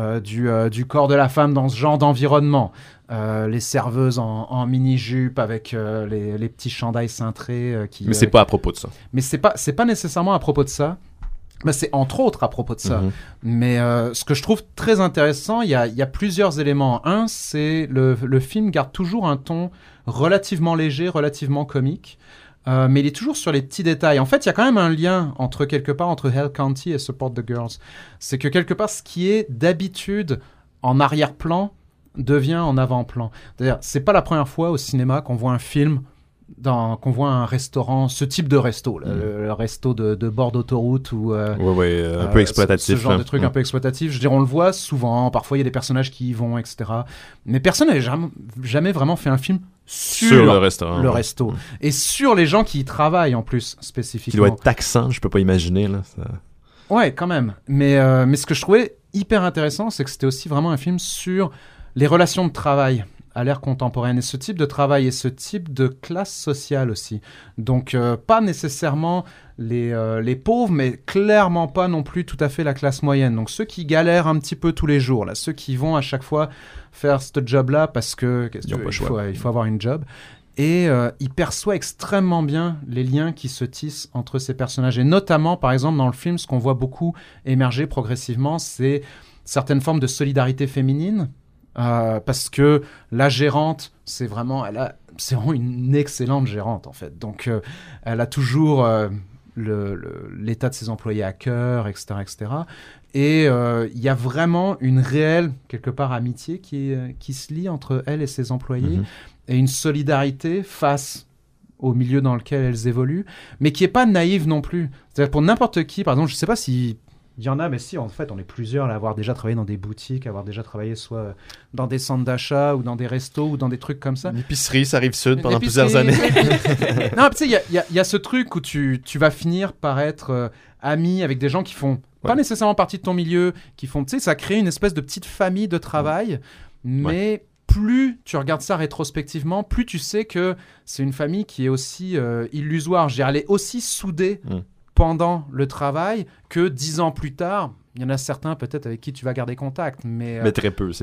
du corps de la femme dans ce genre d'environnement. Les serveuses en mini-jupe avec les petits chandails cintrés. Mais c'est pas à propos de ça. Mais c'est pas nécessairement à propos de ça. Ben, c'est entre autres à propos de ça. Mais ce que je trouve très intéressant, il y a plusieurs éléments. Un, c'est le film garde toujours un ton relativement léger, relativement comique. Mais il est toujours sur les petits détails. En fait, il y a quand même un lien entre Hell County et Support the Girls. C'est que quelque part, ce qui est d'habitude en arrière-plan devient en avant-plan. C'est-à-dire, c'est pas la première fois au cinéma qu'on voit un film qu'on voit un restaurant, ce type de resto, là, le resto de bord d'autoroute ou un peu exploitatif. Ce genre de truc un peu exploitatif. Je veux dire, on le voit souvent. Parfois, il y a des personnages qui y vont, etc. Mais personne n'avait jamais vraiment fait un film sur le restaurant. Le resto. Et sur les gens qui y travaillent en plus, spécifiquement. Qui doit être taxant, je peux pas imaginer. Là, ça... Ouais, quand même. Mais ce que je trouvais hyper intéressant, c'est que c'était aussi vraiment un film sur les relations de travail à l'ère contemporaine, et ce type de travail et ce type de classe sociale aussi. Donc, pas nécessairement les pauvres, mais clairement pas non plus tout à fait la classe moyenne. Donc, ceux qui galèrent un petit peu tous les jours, là, ceux qui vont à chaque fois faire ce job-là parce que il faut avoir une job. Et il perçoit extrêmement bien les liens qui se tissent entre ces personnages. Et notamment, par exemple, dans le film, ce qu'on voit beaucoup émerger progressivement, c'est certaines formes de solidarité féminine. Parce que la gérante, c'est vraiment une excellente gérante, en fait. Donc, elle a toujours l'état de ses employés à cœur, etc., etc. Et il y a vraiment une réelle, quelque part, amitié qui se lie entre elle et ses employés. Et une solidarité face au milieu dans lequel elles évoluent, mais qui n'est pas naïve non plus. C'est-à-dire pour n'importe qui, par exemple, je ne sais pas si il y en a, mais si, en fait, on est plusieurs à avoir déjà travaillé dans des boutiques, à avoir déjà travaillé soit dans des centres d'achat ou dans des restos ou dans des trucs comme ça. L'épicerie, ça arrive sud pendant plusieurs années. Non, tu sais, il y a ce truc où tu vas finir par être ami avec des gens qui font pas nécessairement partie de ton milieu, qui font, tu sais, ça crée une espèce de petite famille de travail, mais plus tu regardes ça rétrospectivement, plus tu sais que c'est une famille qui est aussi illusoire. Je veux dire, elle est aussi soudée pendant le travail que 10 ans plus tard. Il y en a certains peut-être avec qui tu vas garder contact, mais très peu.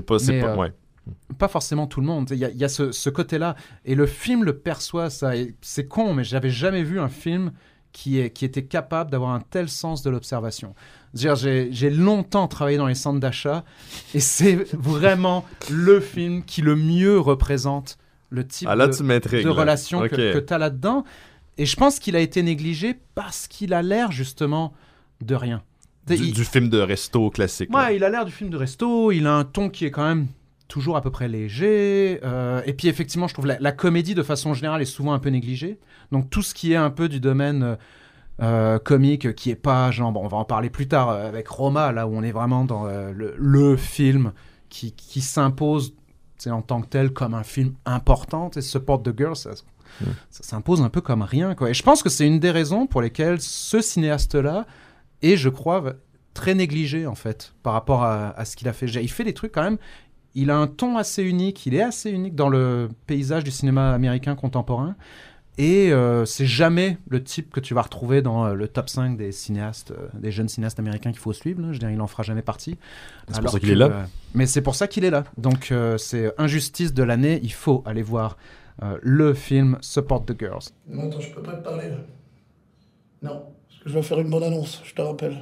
Pas forcément tout le monde. Il y a ce côté-là. Et le film le perçoit, ça. Et c'est con, mais j'avais jamais vu un film qui était capable d'avoir un tel sens de l'observation. J'ai longtemps travaillé dans les centres d'achat et c'est vraiment le film qui le mieux représente le type de relation que tu as là-dedans. Et je pense qu'il a été négligé parce qu'il a l'air justement de rien. Du film de resto classique. Ouais, il a l'air du film de resto, il a un ton qui est quand même toujours à peu près léger. Et puis effectivement, je trouve la comédie de façon générale est souvent un peu négligée. Donc tout ce qui est un peu du domaine comique, qui est pas genre, bon, on va en parler plus tard avec Roma, là où on est vraiment dans le film qui s'impose en tant que tel comme un film important. Support the Girl, ça s'impose un peu comme rien, quoi. Et je pense que c'est une des raisons pour lesquelles ce cinéaste-là est, je crois, très négligé en fait par rapport à ce qu'il a fait. Il fait des trucs quand même. Il a un ton assez unique. Il est assez unique dans le paysage du cinéma américain contemporain. Et c'est jamais le type que tu vas retrouver dans le top 5 des cinéastes, des jeunes cinéastes américains qu'il faut suivre. Là. Je veux dire, il n'en fera jamais partie. C'est pour ça qu'il est là. Mais c'est pour ça qu'il est là. Donc c'est Injustice de l'année. Il faut aller voir le film Support the Girls. Non, attends, je peux pas te parler là. Non, parce que je vais faire une bonne annonce, je te rappelle.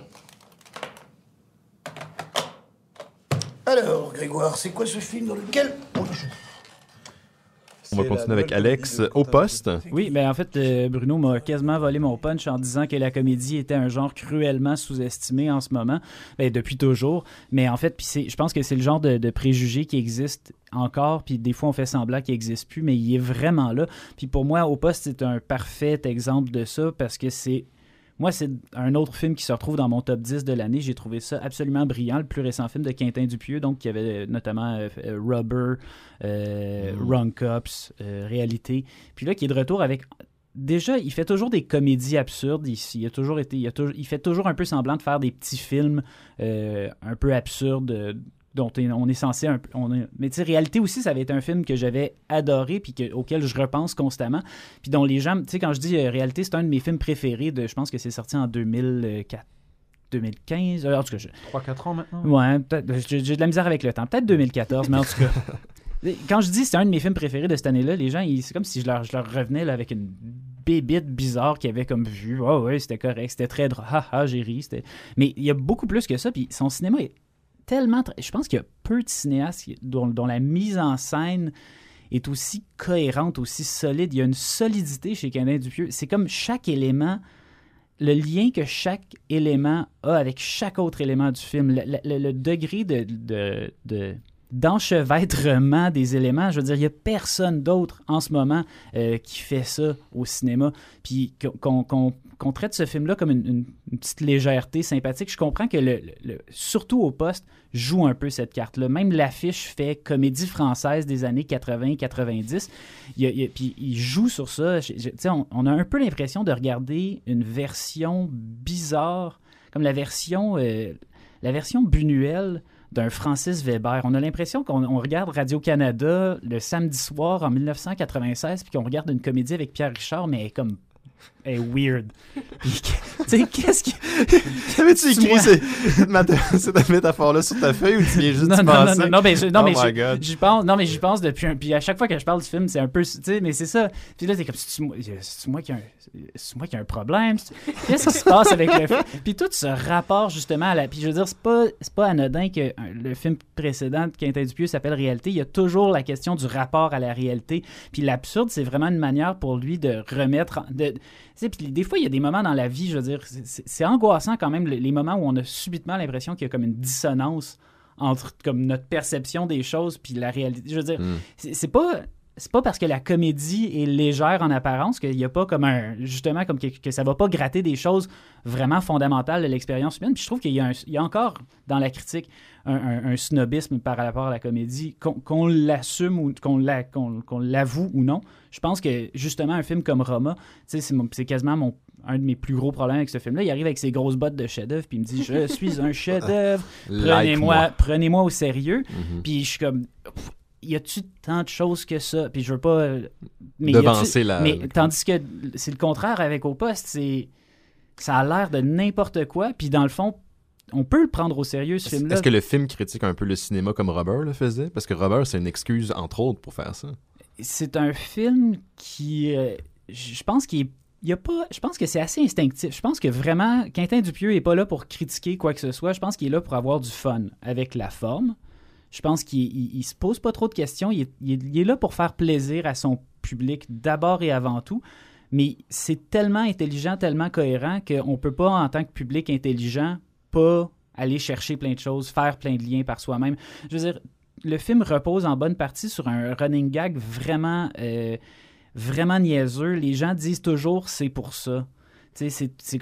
Alors, Grégoire, c'est quoi ce film dans lequel... On va continuer avec Alex au poste. Oui, ben en fait, Bruno m'a quasiment volé mon punch en disant que la comédie était un genre cruellement sous-estimé en ce moment, depuis toujours. Mais en fait, je pense que c'est le genre de préjugé qui existe encore, puis des fois on fait semblant qu'il n'existe plus, mais il est vraiment là. Puis pour moi, Au poste, c'est un parfait exemple de ça, parce que c'est un autre film qui se retrouve dans mon top 10 de l'année. J'ai trouvé ça absolument brillant. Le plus récent film de Quentin Dupieux, donc qui avait notamment Rubber, Wrong Cops, Réalité. Puis là, qui est de retour avec... Déjà, il fait toujours des comédies absurdes. Il fait toujours un peu semblant de faire des petits films un peu absurdes, dont on est censé... Mais tu sais, Réalité aussi, ça avait été un film que j'avais adoré puis auquel je repense constamment. Puis dont les gens... Tu sais, quand je dis Réalité, c'est un de mes films préférés. Je pense que c'est sorti en 2004. 2015, en tout cas... 3-4 ans maintenant? Ouais, peut-être. J'ai de la misère avec le temps. Peut-être 2014, mais en tout cas... Quand je dis c'est un de mes films préférés de cette année-là, les gens, c'est comme si je leur revenais là, avec une bébite bizarre qu'ils avaient comme vue. Oh ouais, c'était correct, c'était très drôle. J'ai ri. Mais il y a beaucoup plus que ça, puis son cinéma est tellement... Je pense qu'il y a peu de cinéastes dont la mise en scène est aussi cohérente, aussi solide. Il y a une solidité chez Quentin Dupieux. C'est comme chaque élément, le lien que chaque élément a avec chaque autre élément du film, le degré de d'enchevêtrement des éléments. Je veux dire, il n'y a personne d'autre en ce moment qui fait ça au cinéma. Puis qu'on traite ce film-là comme une petite légèreté sympathique. Je comprends que surtout au poste, joue un peu cette carte-là. Même l'affiche fait comédie française des années 80-90. Puis il joue sur ça. On a un peu l'impression de regarder une version bizarre, comme la version Buñuel d'un Francis Weber. On a l'impression qu'on regarde Radio-Canada le samedi soir en 1996 puis qu'on regarde une comédie avec Pierre Richard, mais comme est weird. Tu sais, qu'est-ce qui... Avais-tu écrit cette métaphore-là sur ta feuille ou tu viens juste de penser? Non, j'y pense. Non, mais j'y pense depuis Puis à chaque fois que je parle du film, c'est un peu... Tu sais, mais c'est ça. Puis là, t'es comme... C'est moi qui ai un problème. Qu'est-ce qui se passe avec le film? Puis tout ce rapport, justement, à la... Puis je veux dire, c'est pas anodin que le film précédent de Quentin Dupieux s'appelle Réalité. Il y a toujours la question du rapport à la réalité. Puis l'absurde, c'est vraiment une manière pour lui de remettre... Puis des fois, il y a des moments dans la vie, je veux dire, c'est angoissant quand même, les moments où on a subitement l'impression qu'il y a comme une dissonance entre comme notre perception des choses puis la réalité. Je veux dire, c'est pas parce que la comédie est légère en apparence qu'il n'y a pas comme justement comme que ça va pas gratter des choses vraiment fondamentales de l'expérience humaine. Puis je trouve qu'il y a encore dans la critique un snobisme par rapport à la comédie, qu'on l'assume ou qu'on l'avoue ou non. Je pense que justement un film comme Roma, c'est quasiment un de mes plus gros problèmes avec ce film-là. Il arrive avec ses grosses bottes de chef-d'œuvre puis il me dit « Je suis un chef-d'œuvre, prenez-moi au sérieux. Puis je suis comme... Y a-tu tant de choses que ça? Puis je veux pas... devancer tandis que c'est le contraire avec Au Poste, ça a l'air de n'importe quoi, puis dans le fond, on peut le prendre au sérieux, ce film-là. Est-ce que le film critique un peu le cinéma comme Robert le faisait? Parce que Robert, c'est une excuse, entre autres, pour faire ça. C'est un film qui... je pense qu'il y a pas... Je pense que c'est assez instinctif. Je pense que vraiment, Quentin Dupieux n'est pas là pour critiquer quoi que ce soit. Je pense qu'il est là pour avoir du fun avec la forme. Je pense qu'il se pose pas trop de questions. Il est là pour faire plaisir à son public d'abord et avant tout. Mais c'est tellement intelligent, tellement cohérent qu'on peut pas, en tant que public intelligent, pas aller chercher plein de choses, faire plein de liens par soi-même. Je veux dire, le film repose en bonne partie sur un running gag vraiment niaiseux. Les gens disent toujours « c'est pour ça ». C'est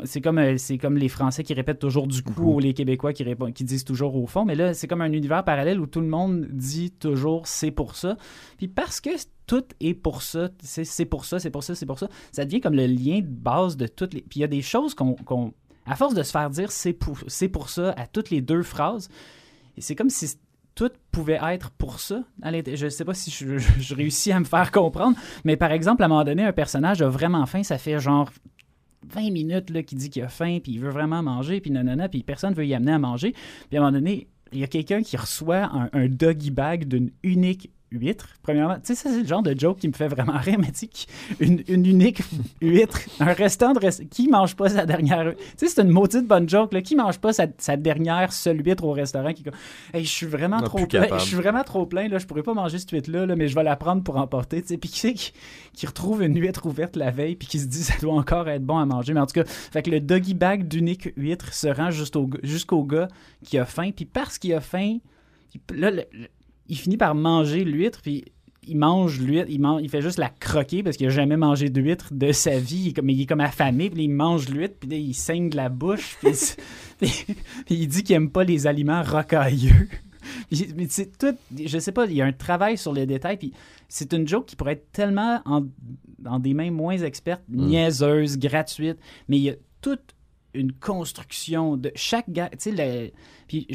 comme les Français qui répètent toujours du coup ou les Québécois qui disent toujours au fond. Mais là, c'est comme un univers parallèle où tout le monde dit toujours c'est pour ça. Puis parce que tout est pour ça, c'est pour ça, c'est pour ça, c'est pour ça, ça devient comme le lien de base de toutes les... Puis il y a des choses qu'on à force de se faire dire c'est pour ça à toutes les deux phrases, et c'est comme si tout pouvait être pour ça. Je ne sais pas si je réussis à me faire comprendre, mais par exemple, à un moment donné, un personnage a vraiment faim, ça fait genre 20 minutes là, qu'il dit qu'il a faim, puis il veut vraiment manger, puis nanana, puis personne ne veut y amener à manger. Puis à un moment donné, il y a quelqu'un qui reçoit un doggy bag d'une unique huître. Premièrement, tu sais, ça, c'est le genre de joke qui me fait vraiment rire, mais tu sais, une unique huître, un restant qui mange pas sa dernière... Tu sais, c'est une maudite bonne joke, là. Qui mange pas sa dernière seule huître au restaurant, qui hey, je suis vraiment trop plein, là, je pourrais pas manger cette huître-là, là, mais je vais la prendre pour emporter, tu sais. Puis qui c'est qui retrouve une huître ouverte la veille, puis qui se dit ça doit encore être bon à manger. Mais en tout cas, fait que le doggy bag d'unique huître se rend jusqu'au gars qui a faim, puis parce qu'il a faim, là, il finit par manger l'huître, puis il mange l'huître, il fait juste la croquer parce qu'il n'a jamais mangé d'huître de sa vie. Il est comme affamé, puis il mange l'huître, puis là, il saigne de la bouche, puis il dit qu'il n'aime pas les aliments rocailleux. Mais c'est tout, je sais pas, il y a un travail sur les détails, puis c'est une joke qui pourrait être tellement dans des mains moins expertes, niaiseuse, gratuite, mais il y a toute une construction de chaque gars, tu sais, puis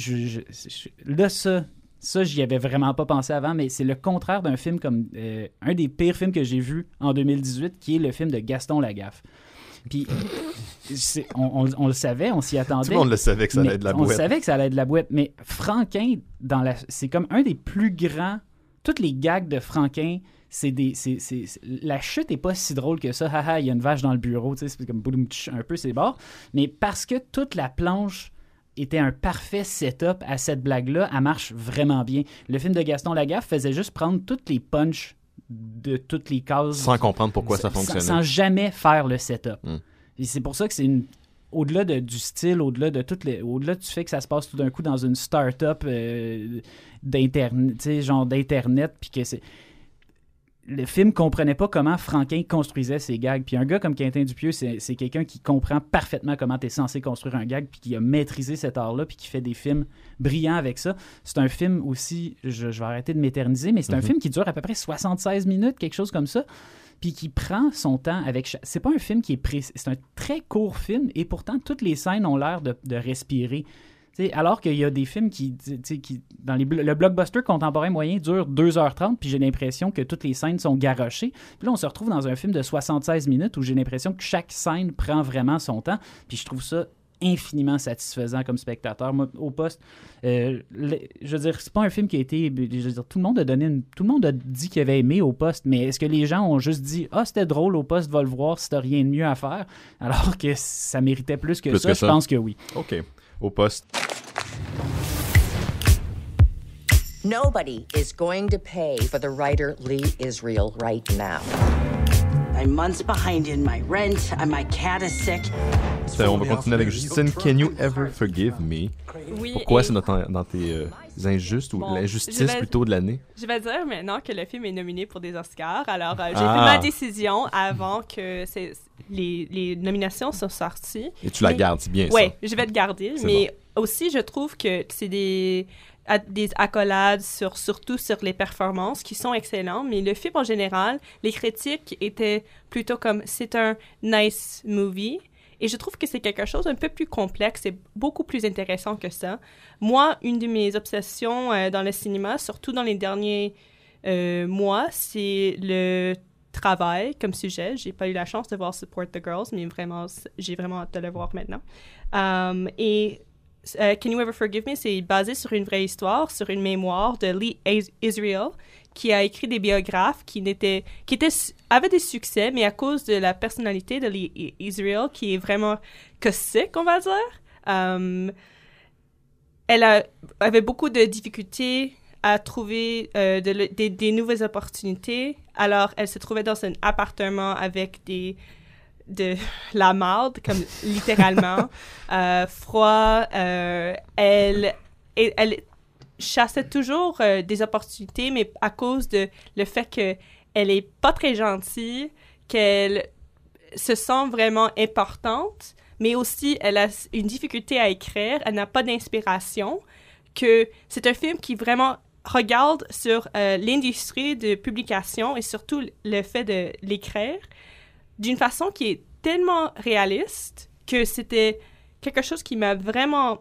là, ça, j'y avais vraiment pas pensé avant, mais c'est le contraire d'un film comme... un des pires films que j'ai vu en 2018, qui est le film de Gaston Lagaffe. Puis, on le savait, on s'y attendait. Tout le monde le savait que ça allait être de la boîte. On savait que ça allait être de la boîte, mais Franquin, c'est comme un des plus grands... Toutes les gags de Franquin, la chute est pas si drôle que ça. Haha, il y a une vache dans le bureau, tu sais, c'est comme un peu ses bords. Mais parce que toute la planche était un parfait setup à cette blague-là, elle marche vraiment bien. Le film de Gaston Lagaffe faisait juste prendre toutes les punchs de toutes les cases. Sans comprendre pourquoi ça fonctionnait. Sans jamais faire le setup. Et c'est pour ça que c'est au-delà du style, au-delà du fait que ça se passe tout d'un coup dans une start-up d'Internet, tu sais, genre d'Internet, puis que c'est... Le film comprenait pas comment Franquin construisait ses gags. Puis un gars comme Quentin Dupieux, c'est quelqu'un qui comprend parfaitement comment tu es censé construire un gag, puis qui a maîtrisé cet art-là, puis qui fait des films brillants avec ça. C'est un film aussi, je vais arrêter de m'éterniser, mais c'est un film qui dure à peu près 76 minutes, quelque chose comme ça, puis qui prend son temps avec... C'est pas un film qui est précis, c'est un très court film, et pourtant toutes les scènes ont l'air de respirer. T'sais, alors qu'il y a des films qui dans le blockbuster contemporain moyen dure 2h30, puis j'ai l'impression que toutes les scènes sont garochées. Puis là, on se retrouve dans un film de 76 minutes où j'ai l'impression que chaque scène prend vraiment son temps, puis je trouve ça infiniment satisfaisant comme spectateur. Moi, au poste, je veux dire, c'est pas un film qui a été... Je veux dire, tout le monde a dit qu'il avait aimé au poste, mais est-ce que les gens ont juste dit « Ah, c'était drôle, au poste, va le voir si t'as rien de mieux à faire », alors que ça méritait plus que ça? Je pense que oui. OK. Au poste. Nobody is going to pay for the writer Lee Israel right now. I'm months behind in my rent, and my cat is sick. On va continuer avec Justine. Can you ever forgive me? Oui. Pourquoi c'est dans tes injustes ou l'injustice plutôt de l'année? Je vais dire maintenant que le film est nominé pour des Oscars. Alors, j'ai pris ma décision avant que les nominations soient sorties. Et tu la gardes, c'est bien ça? Oui, je vais le garder. Mais aussi, je trouve que c'est des accolades surtout sur les performances qui sont excellentes, mais le film en général, les critiques étaient plutôt comme c'est un nice movie. Et je trouve que c'est quelque chose un peu plus complexe et beaucoup plus intéressant que ça. Moi, une de mes obsessions dans le cinéma, surtout dans les derniers mois, c'est le travail comme sujet. J'ai pas eu la chance de voir Support the Girls, mais vraiment, j'ai vraiment hâte de le voir maintenant. Can You Ever Forgive Me, c'est basé sur une vraie histoire, sur une mémoire de Lee Israel, qui a écrit des biographes qui avaient des succès, mais à cause de la personnalité de Lee Israel, qui est vraiment caustique, on va dire. Elle avait beaucoup de difficultés à trouver des nouvelles opportunités. Alors, elle se trouvait dans un appartement avec de la marde, comme littéralement, froid. Elle chassait toujours des opportunités, mais à cause de le fait qu'elle est pas très gentille, qu'elle se sent vraiment importante, mais aussi elle a une difficulté à écrire, elle n'a pas d'inspiration, que c'est un film qui vraiment regarde sur l'industrie de publication et surtout le fait de l'écrire d'une façon qui est tellement réaliste que c'était quelque chose qui m'a vraiment...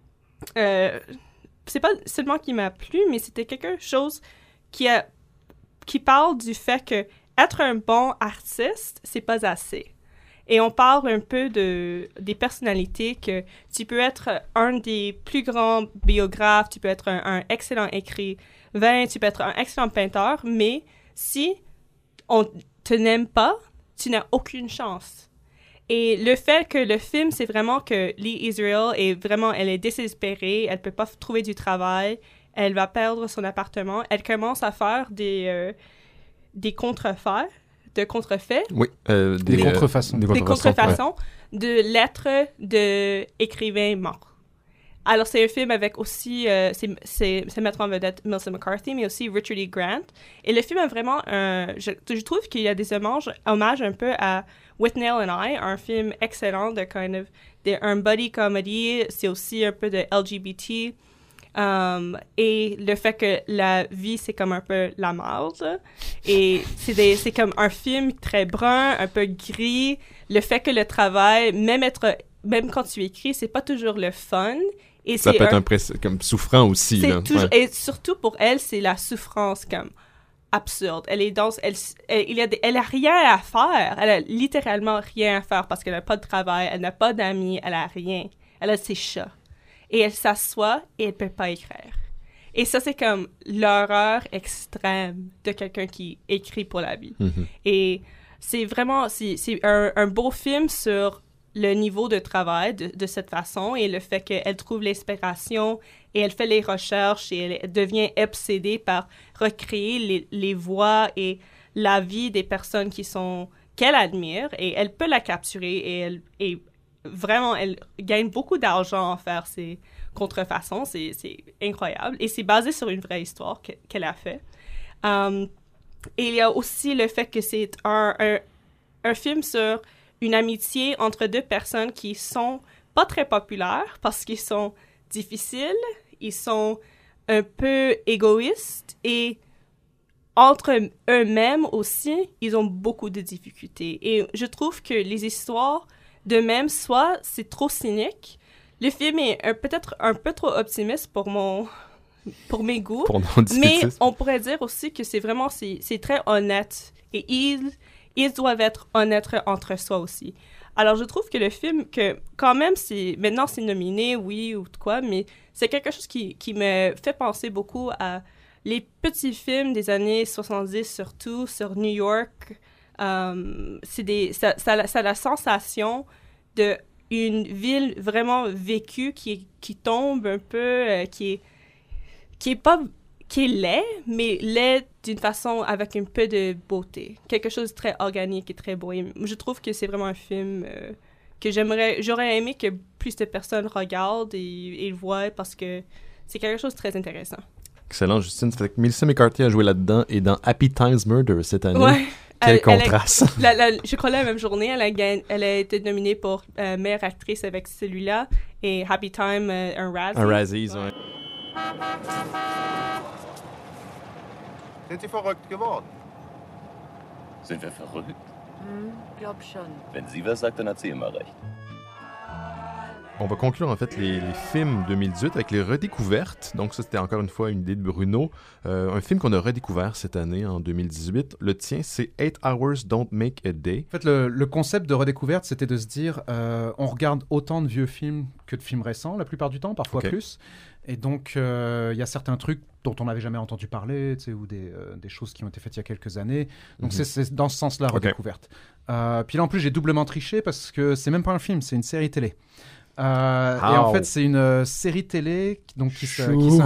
c'est pas seulement qui m'a plu, mais c'était quelque chose qui parle du fait que être un bon artiste, c'est pas assez. Et on parle un peu des personnalités, que tu peux être un des plus grands biographes, tu peux être un excellent écrivain, tu peux être un excellent peintre, mais si on te n'aime pas, tu n'as aucune chance. Et le fait que le film, c'est vraiment que Lee Israel elle est désespérée, elle peut pas trouver du travail, elle va perdre son appartement, elle commence à faire des contrefaits. Oui, des contrefaçons. Des contrefaçons de lettres d'écrivains morts. Alors, c'est un film avec aussi, c'est mettre en vedette Melissa McCarthy, mais aussi Richard E. Grant. Et le film a vraiment je trouve qu'il y a des hommages un peu à With Nail and I, un film excellent un buddy comedy. C'est aussi un peu de LGBT. Et le fait que la vie, c'est comme un peu la merde. Et c'est comme un film très brun, un peu gris. Le fait que le travail, même quand tu écris, c'est pas toujours le fun. Et ça peut être comme souffrant aussi. Là. Et surtout pour elle, c'est la souffrance comme absurde. Elle a rien à faire. Elle a littéralement rien à faire parce qu'elle n'a pas de travail, elle n'a pas d'amis, elle a rien. Elle a ses chats. Et elle s'assoit et elle peut pas écrire. Et ça, c'est comme l'horreur extrême de quelqu'un qui écrit pour la vie. Mm-hmm. Et c'est vraiment... C'est un beau film sur le niveau de travail de cette façon et le fait qu'elle trouve l'inspiration et elle fait les recherches et elle devient obsédée par recréer les voix et la vie des personnes qu'elle admire et elle peut la capturer et vraiment, elle gagne beaucoup d'argent à faire ces contrefaçons. C'est incroyable. Et c'est basé sur une vraie histoire qu'elle a fait. Et il y a aussi le fait que c'est un film sur une amitié entre deux personnes qui sont pas très populaires parce qu'ils sont difficiles, ils sont un peu égoïstes et entre eux-mêmes aussi, ils ont beaucoup de difficultés. Et je trouve que les histoires d'eux-mêmes, soit c'est trop cynique, le film est peut-être un peu trop optimiste pour mes goûts, mais on pourrait dire aussi que c'est très honnête et ils doivent être honnêtes entre soi aussi. Alors, je trouve que le film, que quand même, maintenant c'est nominé, oui, ou de quoi, mais c'est quelque chose qui me fait penser beaucoup à les petits films des années 70, surtout sur New York. Ça a la sensation d'une ville vraiment vécue qui tombe un peu, qui est laid, mais laid d'une façon avec un peu de beauté. Quelque chose de très organique et très beau. Et je trouve que c'est vraiment un film que j'aurais aimé que plus de personnes regardent et le voient parce que c'est quelque chose de très intéressant. Excellent, Justine. Ça fait que Melissa McCarthy a joué là-dedans et dans Happy Times Murder cette année. Ouais. Quel contraste. Je crois la même journée, elle a été nominée pour meilleure actrice avec celui-là et Happy Time, un Razzie. Un Razzie, ouais. Sind Sie verrückt geworden? Sind wir verrückt? Glaub schon. Wenn sie was sagt, dann hat sie immer recht. On va conclure en fait les films 2018 avec les redécouvertes. Donc ça, c'était encore une fois une idée de Bruno. Un film qu'on a redécouvert cette année, en 2018. Le tien, c'est 8 Hours Don't Make a Day. En fait, le concept de redécouverte, c'était de se dire, on regarde autant de vieux films que de films récents, la plupart du temps, parfois plus. Et donc, il y a certains trucs dont on n'avait jamais entendu parler, ou des choses qui ont été faites il y a quelques années. Donc, c'est dans ce sens-là, redécouverte. Puis là, en plus, j'ai doublement triché parce que c'est même pas un film, c'est une série télé. Et en fait, c'est une série télé qui s'intitule...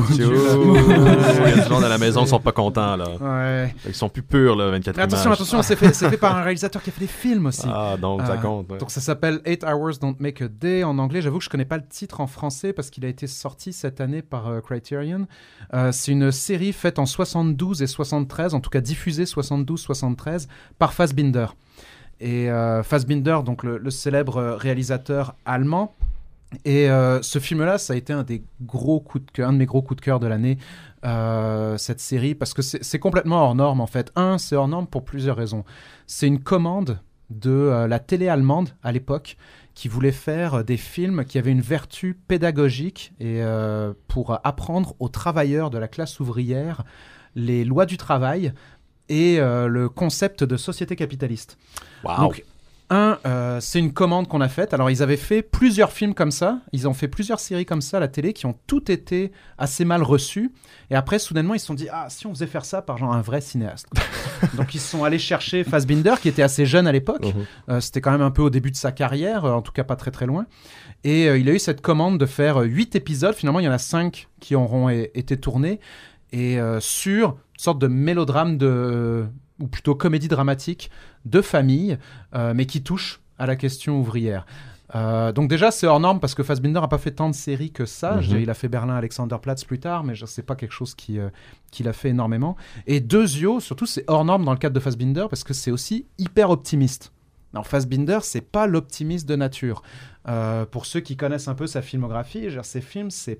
Les gens à la maison ne sont pas contents, là. Ouais. Ils sont plus purs, là, 24 mais images. Attention, c'est fait par un réalisateur qui a fait des films aussi. Ah, donc ça compte. Ouais. Donc ça s'appelle 8 Hours Don't Make a Day en anglais. J'avoue que je connais pas le titre en français parce qu'il a été sorti cette année par Criterion. C'est une série faite en 72 et 73, en tout cas diffusée 72-73 par Fassbinder. Et Fassbinder, donc le célèbre réalisateur allemand. Et ce film-là, ça a été un de mes gros coups de cœur de l'année, cette série, parce que c'est complètement hors norme en fait. C'est hors norme pour plusieurs raisons. C'est une commande de la télé allemande à l'époque qui voulait faire des films qui avaient une vertu pédagogique et pour apprendre aux travailleurs de la classe ouvrière les lois du travail et le concept de société capitaliste. Wow. Donc, c'est une commande qu'on a faite. Alors, ils avaient fait plusieurs films comme ça. Ils ont fait plusieurs séries comme ça à la télé qui ont toutes été assez mal reçues. Et après, soudainement, ils se sont dit, si on faisait faire ça par genre un vrai cinéaste. Donc, ils sont allés chercher Fassbinder, qui était assez jeune à l'époque. C'était quand même un peu au début de sa carrière, en tout cas pas très très loin. Et il a eu cette commande de faire 8 épisodes. Finalement, il y en a 5 qui auront été tournés. Et sur une sorte de mélodrame ou plutôt comédie dramatique de famille, mais qui touche à la question ouvrière. Donc déjà, c'est hors norme parce que Fassbinder n'a pas fait tant de séries que ça. Je dirais, il a fait Berlin-Alexanderplatz plus tard, mais c'est pas quelque chose qu'il a fait énormément. Et Deuxio, surtout, c'est hors norme dans le cadre de Fassbinder parce que c'est aussi hyper optimiste. Alors Fassbinder, c'est pas l'optimiste de nature. Pour ceux qui connaissent un peu sa filmographie, ses films, c'est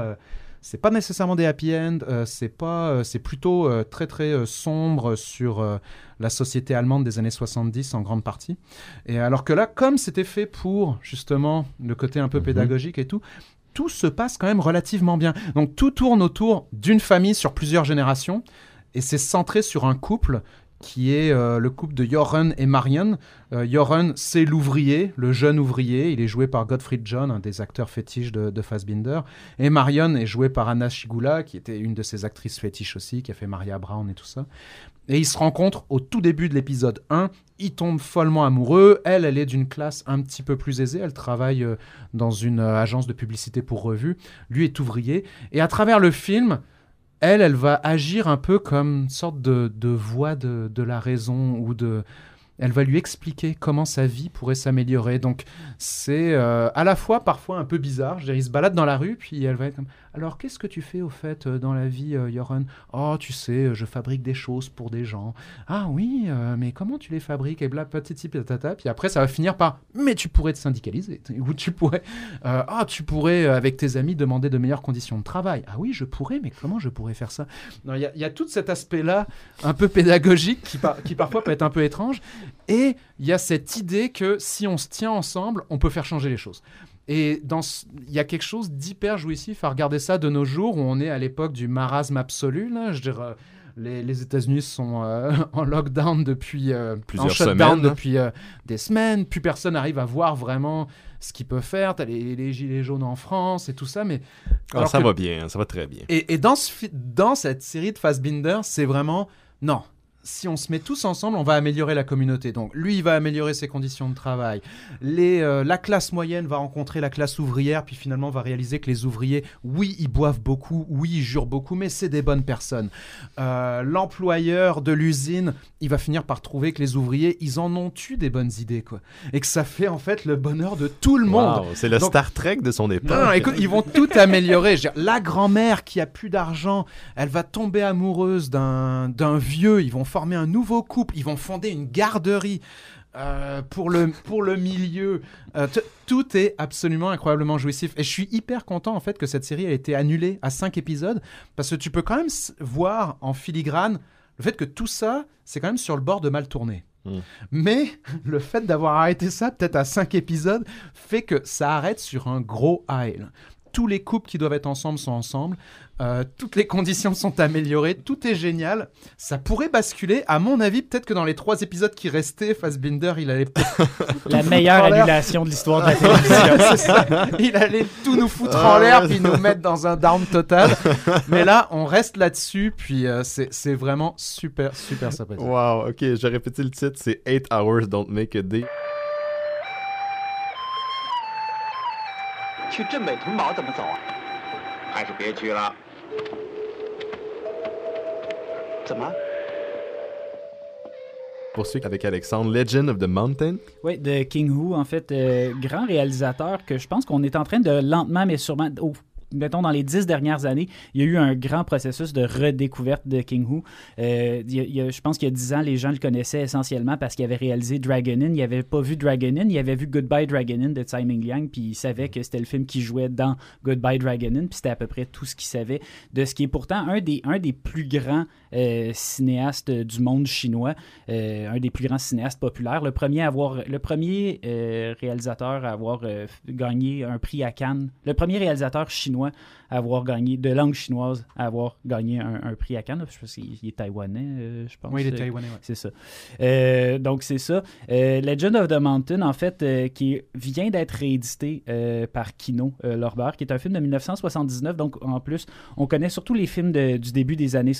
pas nécessairement des happy end, c'est plutôt très très sombre sur la société allemande des années 70 en grande partie. Et alors que là, comme c'était fait pour justement le côté un peu pédagogique et tout se passe quand même relativement bien. Donc tout tourne autour d'une famille sur plusieurs générations et c'est centré sur un couple qui est le couple de Jochen et Marion. Jochen, c'est l'ouvrier, le jeune ouvrier. Il est joué par Gottfried John, un des acteurs fétiches de Fassbinder. Et Marion est jouée par Anna Schygulla, qui était une de ses actrices fétiches aussi, qui a fait Maria Braun et tout ça. Et ils se rencontrent au tout début de l'épisode 1. Ils tombent follement amoureux. Elle est d'une classe un petit peu plus aisée. Elle travaille dans une agence de publicité pour revue. Lui est ouvrier. Et à travers le film... Elle va agir un peu comme une sorte de voix de la raison ou elle va lui expliquer comment sa vie pourrait s'améliorer. Donc c'est à la fois parfois un peu bizarre. Je veux dire, il se balade dans la rue, puis elle va être comme « Alors, qu'est-ce que tu fais au fait dans la vie, Yoran ?»« Oh, tu sais, je fabrique des choses pour des gens. »« Ah oui, mais comment tu les fabriques ?» Et bla, patati patata. Puis après, ça va finir par « Mais tu pourrais te syndicaliser. » Ou tu pourrais, tu pourrais, avec tes amis, demander de meilleures conditions de travail. « Ah oui, je pourrais, mais comment je pourrais faire ça ?» Il y a tout cet aspect-là, un peu pédagogique, qui parfois peut être un peu étrange. Et il y a cette idée que si on se tient ensemble, on peut faire changer les choses. Et il y a quelque chose d'hyper jouissif à regarder ça de nos jours, où on est à l'époque du marasme absolu. Là. Je dirais, les États-Unis sont en lockdown depuis plusieurs shutdown semaines, depuis des semaines. Plus personne n'arrive à voir vraiment ce qu'il peut faire. T'as les gilets jaunes en France et tout ça, mais ça va bien, ça va très bien. Et dans cette série de Fassbinder, c'est vraiment non. Si on se met tous ensemble, on va améliorer la communauté. Donc, lui, il va améliorer ses conditions de travail. La classe moyenne va rencontrer la classe ouvrière, puis finalement, va réaliser que les ouvriers, oui, ils boivent beaucoup, oui, ils jurent beaucoup, mais c'est des bonnes personnes. L'employeur de l'usine, il va finir par trouver que les ouvriers, ils en ont eu des bonnes idées, quoi. Et que ça fait, en fait, le bonheur de tout le monde. Wow, c'est le Star Trek de son époque. Non, écoute, ils vont tout améliorer. Je veux dire, la grand-mère qui a plus d'argent, elle va tomber amoureuse d'un vieux, ils vont former un nouveau couple, ils vont fonder une garderie pour le milieu. Tout est absolument incroyablement jouissif. Et je suis hyper content en fait que cette série a été annulée à 5 épisodes, parce que tu peux quand même voir en filigrane le fait que tout ça, c'est quand même sur le bord de mal tourner. Mais le fait d'avoir arrêté ça peut-être à 5 épisodes fait que ça arrête sur un gros high. Tous les couples qui doivent être ensemble sont ensemble. Toutes les conditions sont améliorées. Tout est génial. Ça pourrait basculer. À mon avis, peut-être que dans les 3 épisodes qui restaient, Fassbinder, il allait la meilleure annulation de l'histoire de la télévision. C'est ça. Il allait tout nous foutre en l'air puis nous mettre dans un down total. Mais là, on reste là-dessus. Puis c'est vraiment super, super sympathique. Wow, ok, je répète le titre. C'est 8 Hours Don't Make a Day. 去镇北屯堡怎么走啊？ 还是别去了。 怎么？ Poursuivre avec Alexandre, Legend of the Mountain. Oui, de King Hu, en fait, grand réalisateur que je pense qu'on est en train de lentement mais sûrement... mettons, dans les 10 dernières années, il y a eu un grand processus de redécouverte de King Hu. Je pense qu'il y a 10 ans, les gens le connaissaient essentiellement parce qu'il avait réalisé Dragon Inn. Il n'avait pas vu Dragon Inn, il avait vu Goodbye Dragon Inn de Tsai Ming-liang, puis il savait que c'était le film qui jouait dans Goodbye Dragon Inn, puis c'était à peu près tout ce qu'il savait de ce qui est pourtant un des plus grands cinéastes du monde chinois, un des plus grands cinéastes populaires. Le premier réalisateur à avoir gagné un prix à Cannes. Le premier réalisateur chinois à avoir gagné, de langue chinoise, à avoir gagné un prix à Cannes. Je pense qu'il est taïwanais, je pense. Oui, il est taïwanais, oui. C'est ça. Donc, c'est ça. Legend of the Mountain, en fait, qui vient d'être réédité par Kino Lorber, qui est un film de 1979. Donc, en plus, on connaît surtout les films du début des années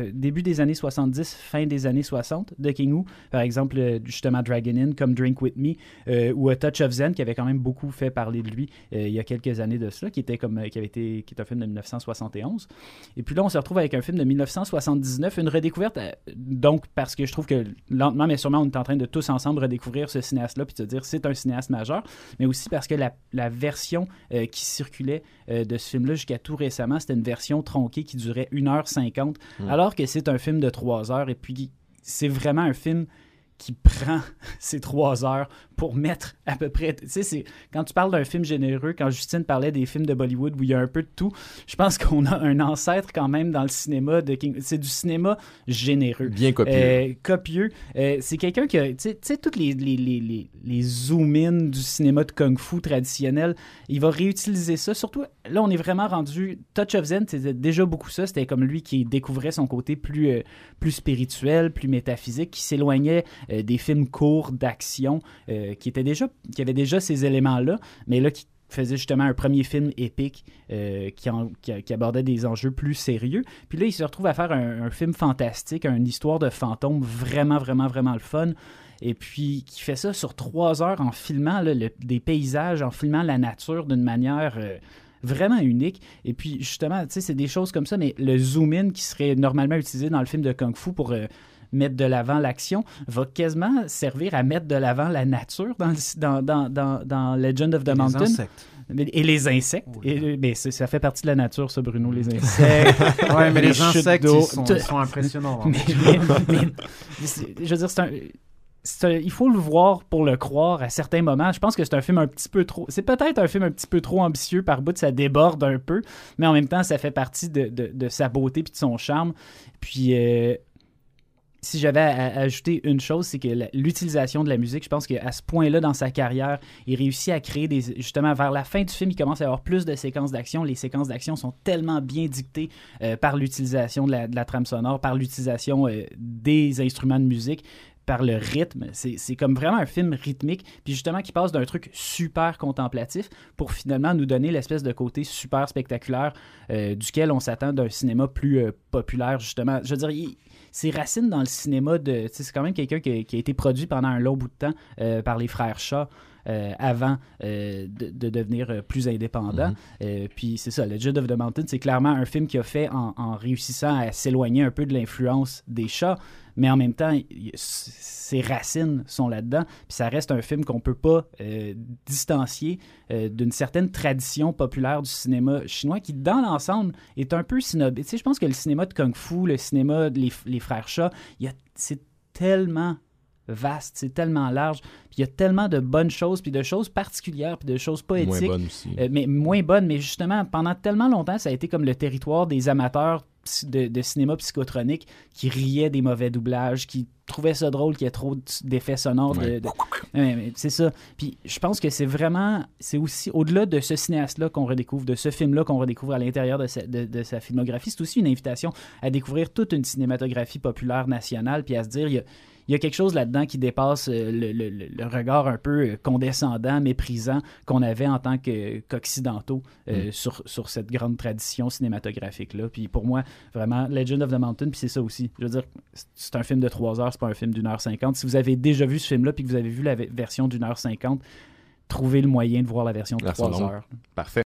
70, fin des années 60 de King Hu. Par exemple, justement, Dragon Inn, comme Drink With Me, ou A Touch of Zen, qui avait quand même beaucoup fait parler de lui il y a quelques années de cela, qui est un film de 1971. Et puis là, on se retrouve avec un film de 1979, une redécouverte, donc parce que je trouve que lentement, mais sûrement, on est en train de tous ensemble redécouvrir ce cinéaste-là, puis de se dire c'est un cinéaste majeur, mais aussi parce que la version qui circulait de ce film-là jusqu'à tout récemment, c'était une version tronquée qui durait 1h50, alors que c'est un film de 3 heures, et puis c'est vraiment un film qui prend ces 3 heures pour mettre à peu près... Tu sais, quand tu parles d'un film généreux, quand Justine parlait des films de Bollywood où il y a un peu de tout, je pense qu'on a un ancêtre quand même dans le cinéma de King... C'est du cinéma généreux. Bien copieux. Copieux. C'est quelqu'un qui a... Tu sais, toutes les zoom-in du cinéma de kung-fu traditionnel, il va réutiliser ça. Surtout, là, on est vraiment rendu... Touch of Zen, c'était déjà beaucoup ça. C'était comme lui qui découvrait son côté plus spirituel, plus métaphysique, qui s'éloignait des films courts d'action, qui avaient déjà ces éléments-là, mais là, qui faisait justement un premier film épique qui abordait des enjeux plus sérieux. Puis là, il se retrouve à faire un film fantastique, une histoire de fantôme vraiment, vraiment, vraiment le fun. Et puis, qui fait ça sur 3 heures en filmant des paysages, en filmant la nature d'une manière... vraiment unique. Et puis, justement, tu sais, c'est des choses comme ça, mais le zoom-in qui serait normalement utilisé dans le film de Kung Fu pour mettre de l'avant l'action, va quasiment servir à mettre de l'avant la nature dans Legend of the Mountain. Les insectes. Et les insectes. Mais ça fait partie de la nature, ça, Bruno, les insectes. Ouais, mais les chutes insectes, d'eau. ils sont impressionnants. Hein. Je veux dire, il faut le voir pour le croire à certains moments. Je pense que c'est un film un petit peu trop... C'est peut-être un film un petit peu trop ambitieux par bout, ça déborde un peu, mais en même temps, ça fait partie de sa beauté puis de son charme. Puis... si j'avais à ajouter une chose, c'est que l'utilisation de la musique, je pense qu'à ce point-là dans sa carrière, il réussit à créer justement, vers la fin du film, il commence à avoir plus de séquences d'action. Les séquences d'action sont tellement bien dictées par l'utilisation de la trame sonore, par l'utilisation des instruments de musique, par le rythme. C'est comme vraiment un film rythmique, puis justement qui passe d'un truc super contemplatif pour finalement nous donner l'espèce de côté super spectaculaire duquel on s'attend d'un cinéma plus populaire, justement. Je veux dire, ses racines dans le cinéma, c'est quand même quelqu'un qui a été produit pendant un long bout de temps par les frères Shaw avant de devenir plus indépendant. Puis c'est ça, Legend of the Mountain, c'est clairement un film qu'il a fait en réussissant à s'éloigner un peu de l'influence des Shaw, mais en même temps, ses racines sont là-dedans. Puis ça reste un film qu'on peut pas distancier d'une certaine tradition populaire du cinéma chinois qui, dans l'ensemble, est un peu snobé. Tu sais, je pense que le cinéma de Kung Fu, le cinéma les frères Shaw, c'est tellement vaste, c'est tellement large, puis il y a tellement de bonnes choses, puis de choses particulières, puis de choses poétiques. Moins bonnes aussi. Mais moins bonnes, mais justement, pendant tellement longtemps, ça a été comme le territoire des amateurs de cinéma psychotronique qui riaient des mauvais doublages, qui trouvaient ça drôle qu'il y ait trop d'effets sonores. C'est ça. Puis je pense que c'est aussi, au-delà de ce cinéaste-là qu'on redécouvre, de ce film-là qu'on redécouvre à l'intérieur de sa filmographie, c'est aussi une invitation à découvrir toute une cinématographie populaire nationale, puis à se dire, il y a quelque chose là-dedans qui dépasse le regard un peu condescendant, méprisant qu'on avait en tant qu'occidentaux sur cette grande tradition cinématographique-là. Puis pour moi, vraiment, Legend of the Mountain, puis c'est ça aussi. Je veux dire, c'est un film de 3 heures, c'est pas un film d'1h50. Si vous avez déjà vu ce film-là, puis que vous avez vu la version d'1h50, trouvez le moyen de voir la version de 3 heures. Parfait.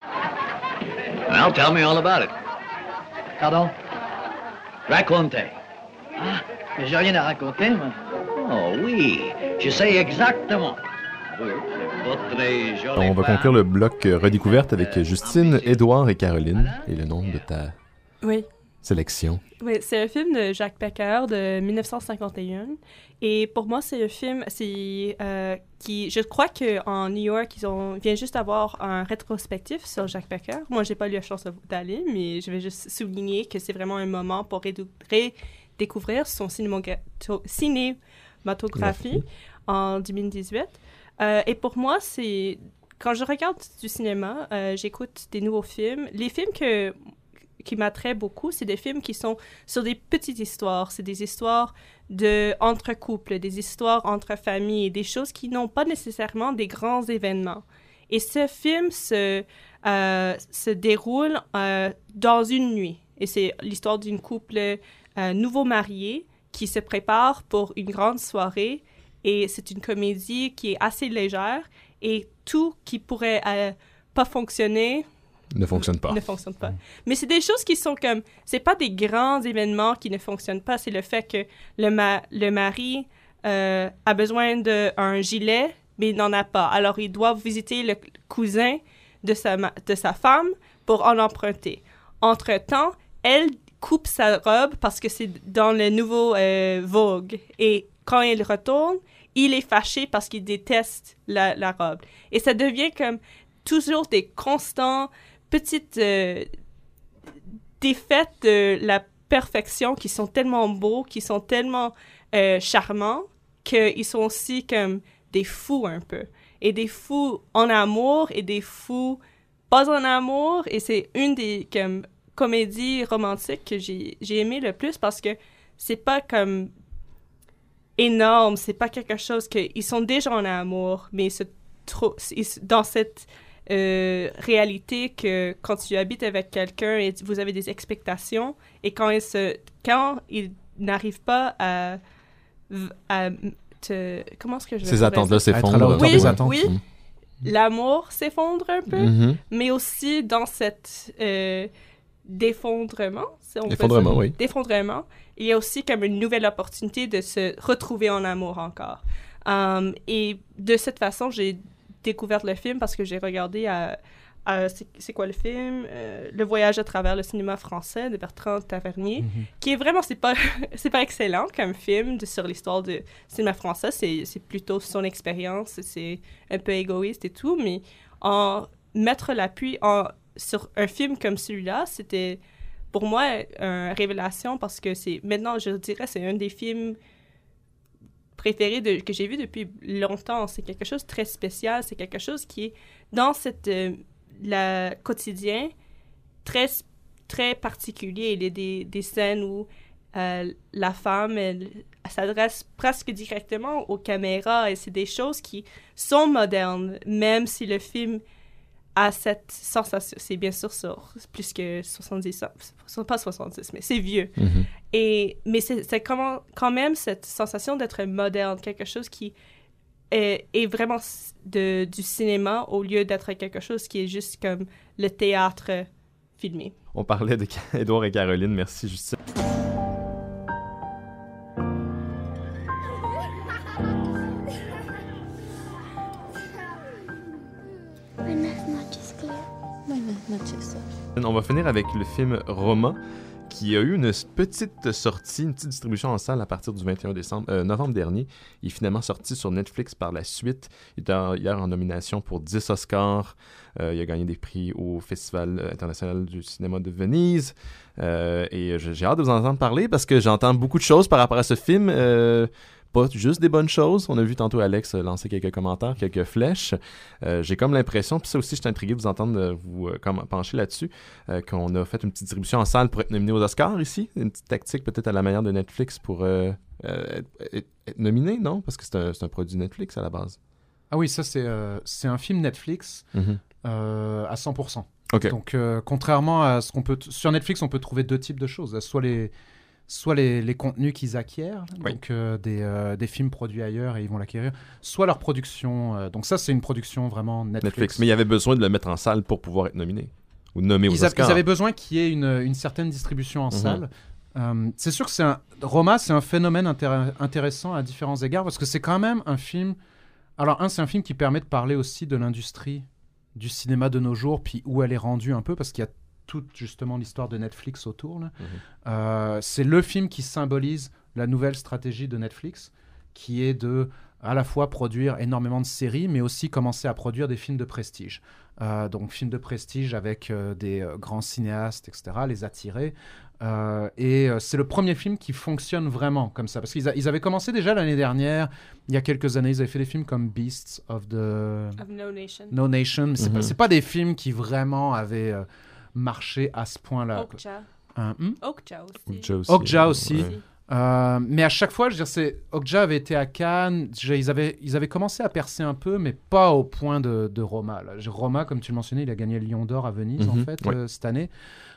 Well, tell me all about it. Pardon? Raconte. Ah, mais j'ai rien à raconter, moi. Oh oui, je sais exactement. Oui, c'est pas très joli. On va conclure le bloc redécouverte avec Justine, Édouard et Caroline. Et le nom de ta sélection. Oui, c'est un film de Jacques Becker de 1951. Et pour moi, c'est un film qui... Je crois qu'en New York, ils viennent juste d'avoir un rétrospectif sur Jacques Becker. Moi, j'ai pas eu la chance d'aller, mais je vais juste souligner que c'est vraiment un moment pour découvrir son cinématographie en 2018. Et pour moi, quand je regarde du cinéma, j'écoute des nouveaux films. Les films qui m'attraient beaucoup, c'est des films qui sont sur des petites histoires. C'est des histoires entre couples, des histoires entre familles, des choses qui n'ont pas nécessairement des grands événements. Et ce film se déroule dans une nuit. Et c'est l'histoire d'une couple nouveau marié qui se prépare pour une grande soirée. Et c'est une comédie qui est assez légère. Et tout qui pourrait pas fonctionner... Ne fonctionne pas. Mais c'est des choses qui sont comme... C'est pas des grands événements qui ne fonctionnent pas. C'est le fait que le mari a besoin d'un gilet, mais il n'en a pas. Alors, il doit visiter le cousin de sa femme pour en emprunter. Entre-temps, elle coupe sa robe parce que c'est dans le nouveau Vogue. Et quand il retourne, il est fâché parce qu'il déteste la robe. Et ça devient comme toujours des constants petites défaites de la perfection qui sont tellement beaux, qui sont tellement charmants, qu'ils sont aussi comme des fous un peu. Et des fous en amour et des fous pas en amour. Et c'est une des comédies romantiques que j'ai aimé le plus parce que c'est pas comme énorme, c'est pas quelque chose ils sont déjà en amour, mais dans cette réalité que quand tu habites avec quelqu'un et vous avez des expectations et quand il n'arrive pas à comment est-ce que je vais ces attentes-là s'effondrent. Oui, l'amour s'effondre un peu, mais aussi dans d'effondrement, si on peut Effondrement, dire. oui. D'effondrement. Il y a aussi comme une nouvelle opportunité de se retrouver en amour encore. Et de cette façon, j'ai découvert le film parce que j'ai regardé c'est quoi le film? Le voyage à travers le cinéma français de Bertrand Tavernier, qui est vraiment, c'est pas excellent comme film sur l'histoire du cinéma français, c'est plutôt son expérience, c'est un peu égoïste et tout, mais mettre l'appui sur un film comme celui-là, c'était pour moi une révélation parce que maintenant, je dirais, c'est un des films préférés que j'ai vu depuis longtemps. C'est quelque chose de très spécial, c'est quelque chose qui est dans le quotidien très, très particulier. Il y a des scènes où la femme, elle s'adresse presque directement aux caméras et c'est des choses qui sont modernes, même si le film a cette sensation. C'est bien sûr plus que 70 ans, pas 70, mais c'est vieux. Mais c'est quand même cette sensation d'être moderne, quelque chose qui est vraiment du cinéma au lieu d'être quelque chose qui est juste comme le théâtre filmé. On parlait d'Édouard et Caroline. Merci, Justine. On va finir avec le film Roma, qui a eu une petite sortie, une petite distribution en salle à partir du 21 novembre dernier. Il est finalement sorti sur Netflix par la suite. Il était hier en nomination pour 10 Oscars. Il a gagné des prix au Festival international du cinéma de Venise. Et j'ai hâte de vous en entendre parler parce que j'entends beaucoup de choses par rapport à ce film. Pas juste des bonnes choses. On a vu tantôt Alex lancer quelques commentaires, quelques flèches. J'ai comme l'impression, puis ça aussi, je suis intrigué de vous entendre vous pencher là-dessus, qu'on a fait une petite distribution en salle pour être nominé aux Oscars ici. Une petite tactique peut-être à la manière de Netflix pour être nominé, non? Parce que c'est un produit Netflix à la base. Ah oui, ça c'est un film Netflix à 100%. Okay. Donc contrairement à ce qu'on peut... Sur Netflix, on peut trouver deux types de choses. Soit les contenus qu'ils acquièrent, oui. Donc des films produits ailleurs et ils vont l'acquérir, soit leur production. Donc ça, c'est une production vraiment Netflix. Mais il y avait besoin de le mettre en salle pour pouvoir être nominé ou nommé aux Oscars. Ils avaient besoin qu'il y ait une certaine distribution en salle. C'est sûr que Roma, c'est un phénomène intéressant à différents égards parce que c'est quand même un film... Alors c'est un film qui permet de parler aussi de l'industrie du cinéma de nos jours, puis où elle est rendue un peu, parce qu'il y a toute justement l'histoire de Netflix autour. Là. C'est le film qui symbolise la nouvelle stratégie de Netflix, qui est de à la fois produire énormément de séries, mais aussi commencer à produire des films de prestige. Donc films de prestige avec des grands cinéastes, etc., les attirer. Et c'est le premier film qui fonctionne vraiment comme ça. Parce qu'ils avaient commencé déjà l'année dernière, il y a quelques années, ils avaient fait des films comme Beasts of No Nation. No Nation, mais c'est pas des films qui vraiment avaient... marché à ce point-là. Okja aussi. Ouais. Mais à chaque fois, je veux dire, Okja avait été à Cannes, ils avaient commencé à percer un peu, mais pas au point de Roma. Là. Roma, comme tu le mentionnais, il a gagné le Lion d'Or à Venise, en fait, cette année.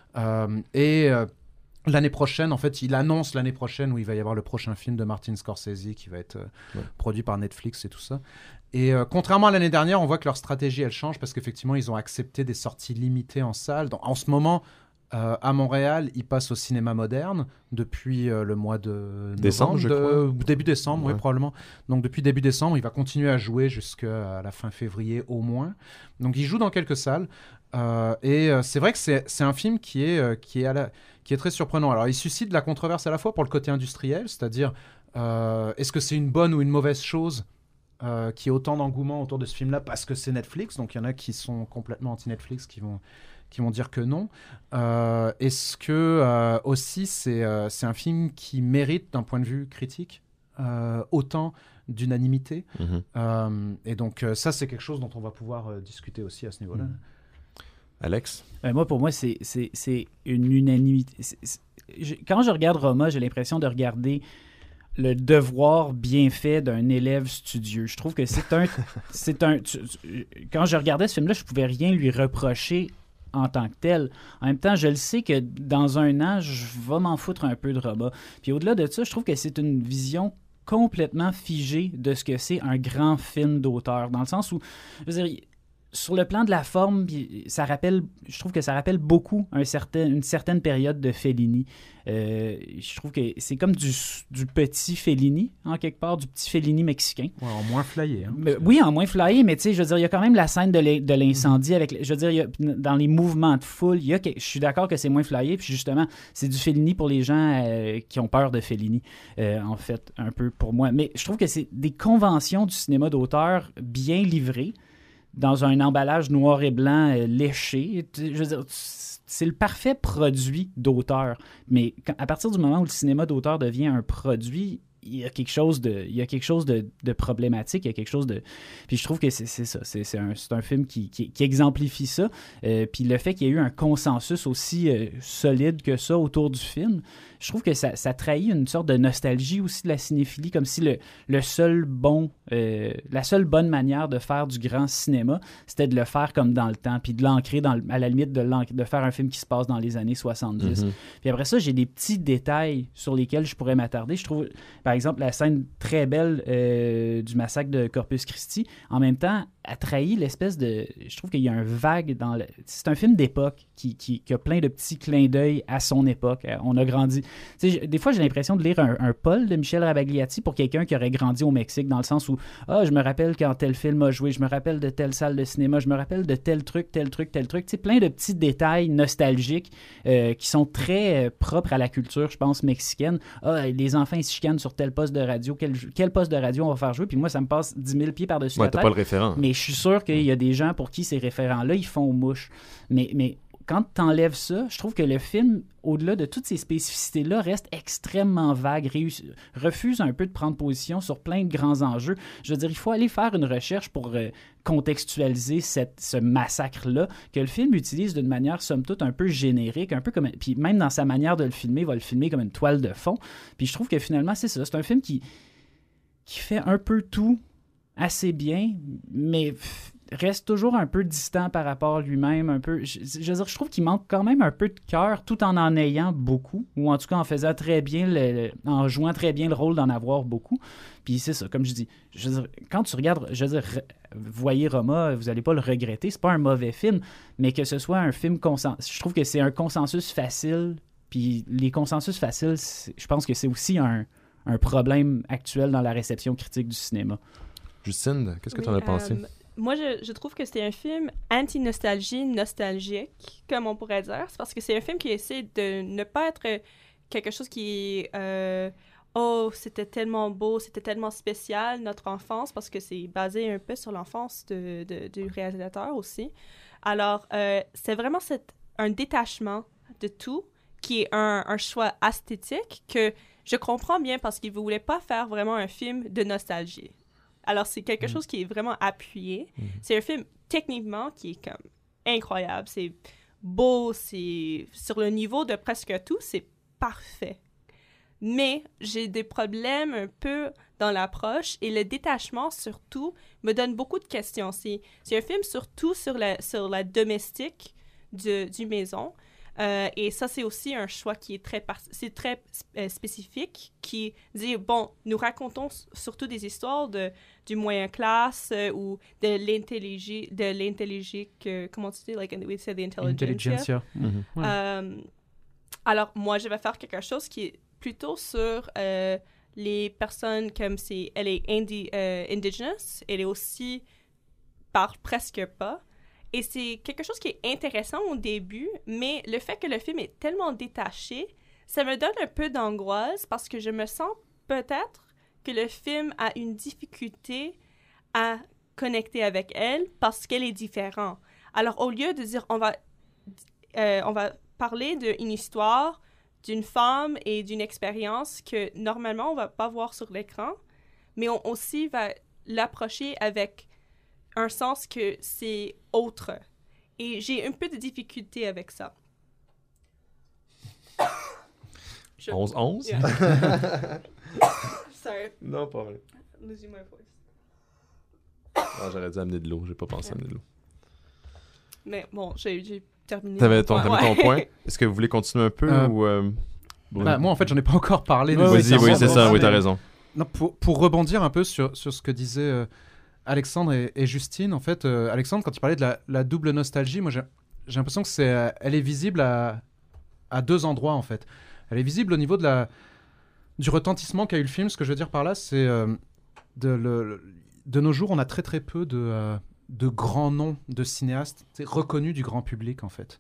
L'année prochaine, en fait, il annonce l'année prochaine où il va y avoir le prochain film de Martin Scorsese qui va être produit par Netflix et tout ça. Et contrairement à l'année dernière, on voit que leur stratégie, elle change parce qu'effectivement, ils ont accepté des sorties limitées en salle. Donc, en ce moment, à Montréal, ils passent au cinéma moderne depuis le mois de décembre, je crois. Début décembre, oui, probablement. Donc, depuis début décembre, il va continuer à jouer jusqu'à la fin février au moins. Donc, il joue dans quelques salles. Et c'est vrai que c'est un film qui est très surprenant. Alors, il suscite de la controverse à la fois pour le côté industriel, c'est-à-dire est-ce que c'est une bonne ou une mauvaise chose qu'il y ait autant d'engouement autour de ce film-là parce que c'est Netflix. Donc, il y en a qui sont complètement anti-Netflix, qui vont dire que non. Est-ce que aussi c'est un film qui mérite, d'un point de vue critique, autant d'unanimité et donc ça, c'est quelque chose dont on va pouvoir discuter aussi à ce niveau-là. Alex? Moi, pour moi, c'est une unanimité. Quand je regarde Roma, j'ai l'impression de regarder le devoir bien fait d'un élève studieux. Je trouve que quand je regardais ce film-là, je pouvais rien lui reprocher en tant que tel. En même temps, je le sais que dans un an, je vais m'en foutre un peu de Roma. Puis au-delà de ça, je trouve que c'est une vision complètement figée de ce que c'est un grand film d'auteur. Dans le sens où, je veux dire, sur le plan de la forme, je trouve que ça rappelle beaucoup une certaine période de Fellini. Je trouve que c'est comme du petit Fellini, en quelque part, du petit Fellini mexicain. Ouais, en moins flyé. Hein, oui, en moins flyé, mais tu sais, je veux dire, il y a quand même la scène de l'incendie avec, je veux dire, dans les mouvements de foule, je suis d'accord que c'est moins flyé, puis justement, c'est du Fellini pour les gens qui ont peur de Fellini, en fait, un peu pour moi. Mais je trouve que c'est des conventions du cinéma d'auteur bien livrées, dans un emballage noir et blanc léché. Je veux dire, c'est le parfait produit d'auteur. Mais à partir du moment où le cinéma d'auteur devient un produit, il y a quelque chose de problématique, il y a quelque chose de... Puis je trouve que c'est ça, c'est un film qui exemplifie ça. Puis le fait qu'il y ait eu un consensus aussi solide que ça autour du film, je trouve que ça trahit une sorte de nostalgie aussi de la cinéphilie, comme si la seule bonne manière de faire du grand cinéma, c'était de le faire comme dans le temps, puis de l'ancrer à la limite de faire un film qui se passe dans les années 70. Puis après ça, j'ai des petits détails sur lesquels je pourrais m'attarder. Je trouve, par exemple, la scène très belle du massacre de Corpus Christi, en même temps, a trahi l'espèce de... Je trouve qu'il y a un vague dans le... C'est un film d'époque qui a plein de petits clins d'œil à son époque. On a grandi... Tu sais, des fois, j'ai l'impression de lire un Paul de Michel Rabagliati pour quelqu'un qui aurait grandi au Mexique, dans le sens où je me rappelle quand tel film a joué, je me rappelle de telle salle de cinéma, je me rappelle de tel truc. Tu sais, plein de petits détails nostalgiques qui sont très propres à la culture, je pense, mexicaine. Les enfants, ils se chicanent sur tel poste de radio. Quel poste de radio on va faire jouer? Puis moi, ça me passe 10 000 pieds par-dessus la tête. T'as pas le référent. Mais je suis sûr qu'il y a des gens pour qui ces référents-là, ils font mouche. Mais quand tu enlèves ça, je trouve que le film, au-delà de toutes ces spécificités-là, reste extrêmement vague, refuse un peu de prendre position sur plein de grands enjeux. Je veux dire, il faut aller faire une recherche pour contextualiser ce massacre-là, que le film utilise d'une manière, somme toute, un peu générique, un peu comme... Puis même dans sa manière de le filmer, il va le filmer comme une toile de fond. Puis je trouve que finalement, c'est ça. C'est un film qui fait un peu tout assez bien, mais reste toujours un peu distant par rapport à lui-même, un peu... Je veux dire, je trouve qu'il manque quand même un peu de cœur, tout en ayant beaucoup, ou en tout cas en faisant très bien, en jouant très bien le rôle d'en avoir beaucoup. Puis c'est ça, comme je dis, je veux dire, quand tu regardes, je veux dire, voyez Roma, vous n'allez pas le regretter, c'est pas un mauvais film, mais que ce soit un film je trouve que c'est un consensus facile, puis les consensus faciles, je pense que c'est aussi un problème actuel dans la réception critique du cinéma. Justine, qu'est-ce que tu en as pensé? Moi, je trouve que c'est un film anti-nostalgie, nostalgique, comme on pourrait dire. C'est parce que c'est un film qui essaie de ne pas être quelque chose qui est c'était tellement beau, c'était tellement spécial, notre enfance, parce que c'est basé un peu sur l'enfance du réalisateur aussi. Alors, c'est vraiment un détachement de tout qui est un choix esthétique que je comprends bien parce qu'il ne voulait pas faire vraiment un film de nostalgie. Alors, c'est quelque chose qui est vraiment appuyé. C'est un film, techniquement, qui est comme incroyable. C'est beau, c'est sur le niveau de presque tout, c'est parfait. Mais j'ai des problèmes un peu dans l'approche et le détachement, surtout, me donne beaucoup de questions. C'est un film surtout sur la domestique du maison. Et ça, c'est aussi un choix qui est très spécifique, qui dit, bon, nous racontons surtout des histoires du moyen classe ou de l'intelligique, comment tu dis, like we say the intelligentsia. Alors, moi, je vais faire quelque chose qui est plutôt sur les personnes comme elle est indigenous, elle est aussi parle presque pas. Et c'est quelque chose qui est intéressant au début, mais le fait que le film est tellement détaché, ça me donne un peu d'angoisse parce que je me sens peut-être que le film a une difficulté à connecter avec elle parce qu'elle est différente. Alors, au lieu de dire on va parler d'une histoire d'une femme et d'une expérience que normalement on va pas voir sur l'écran, mais on aussi va l'approcher avec un sens que c'est autre. Et j'ai un peu de difficulté avec ça. 11-11? Yeah. Sorry. Non, pas vrai. Losing my voice. J'aurais dû amener de l'eau, j'ai pas pensé à amener de l'eau. Mais bon, j'ai terminé. T'avais ton point. Est-ce que vous voulez continuer un peu ou... moi, en fait, j'en ai pas encore parlé. Vas-y, oui, c'est ça, oui, t'as raison. Non, pour rebondir un peu sur ce que disait Alexandre et Justine. En fait, Alexandre, quand il parlait de la double nostalgie, moi j'ai l'impression que elle est visible à 2 endroits en fait. Elle est visible au niveau du retentissement qu'a eu le film. Ce que je veux dire par là, c'est de nos jours, on a très très peu de grands noms de cinéastes reconnus du grand public en fait.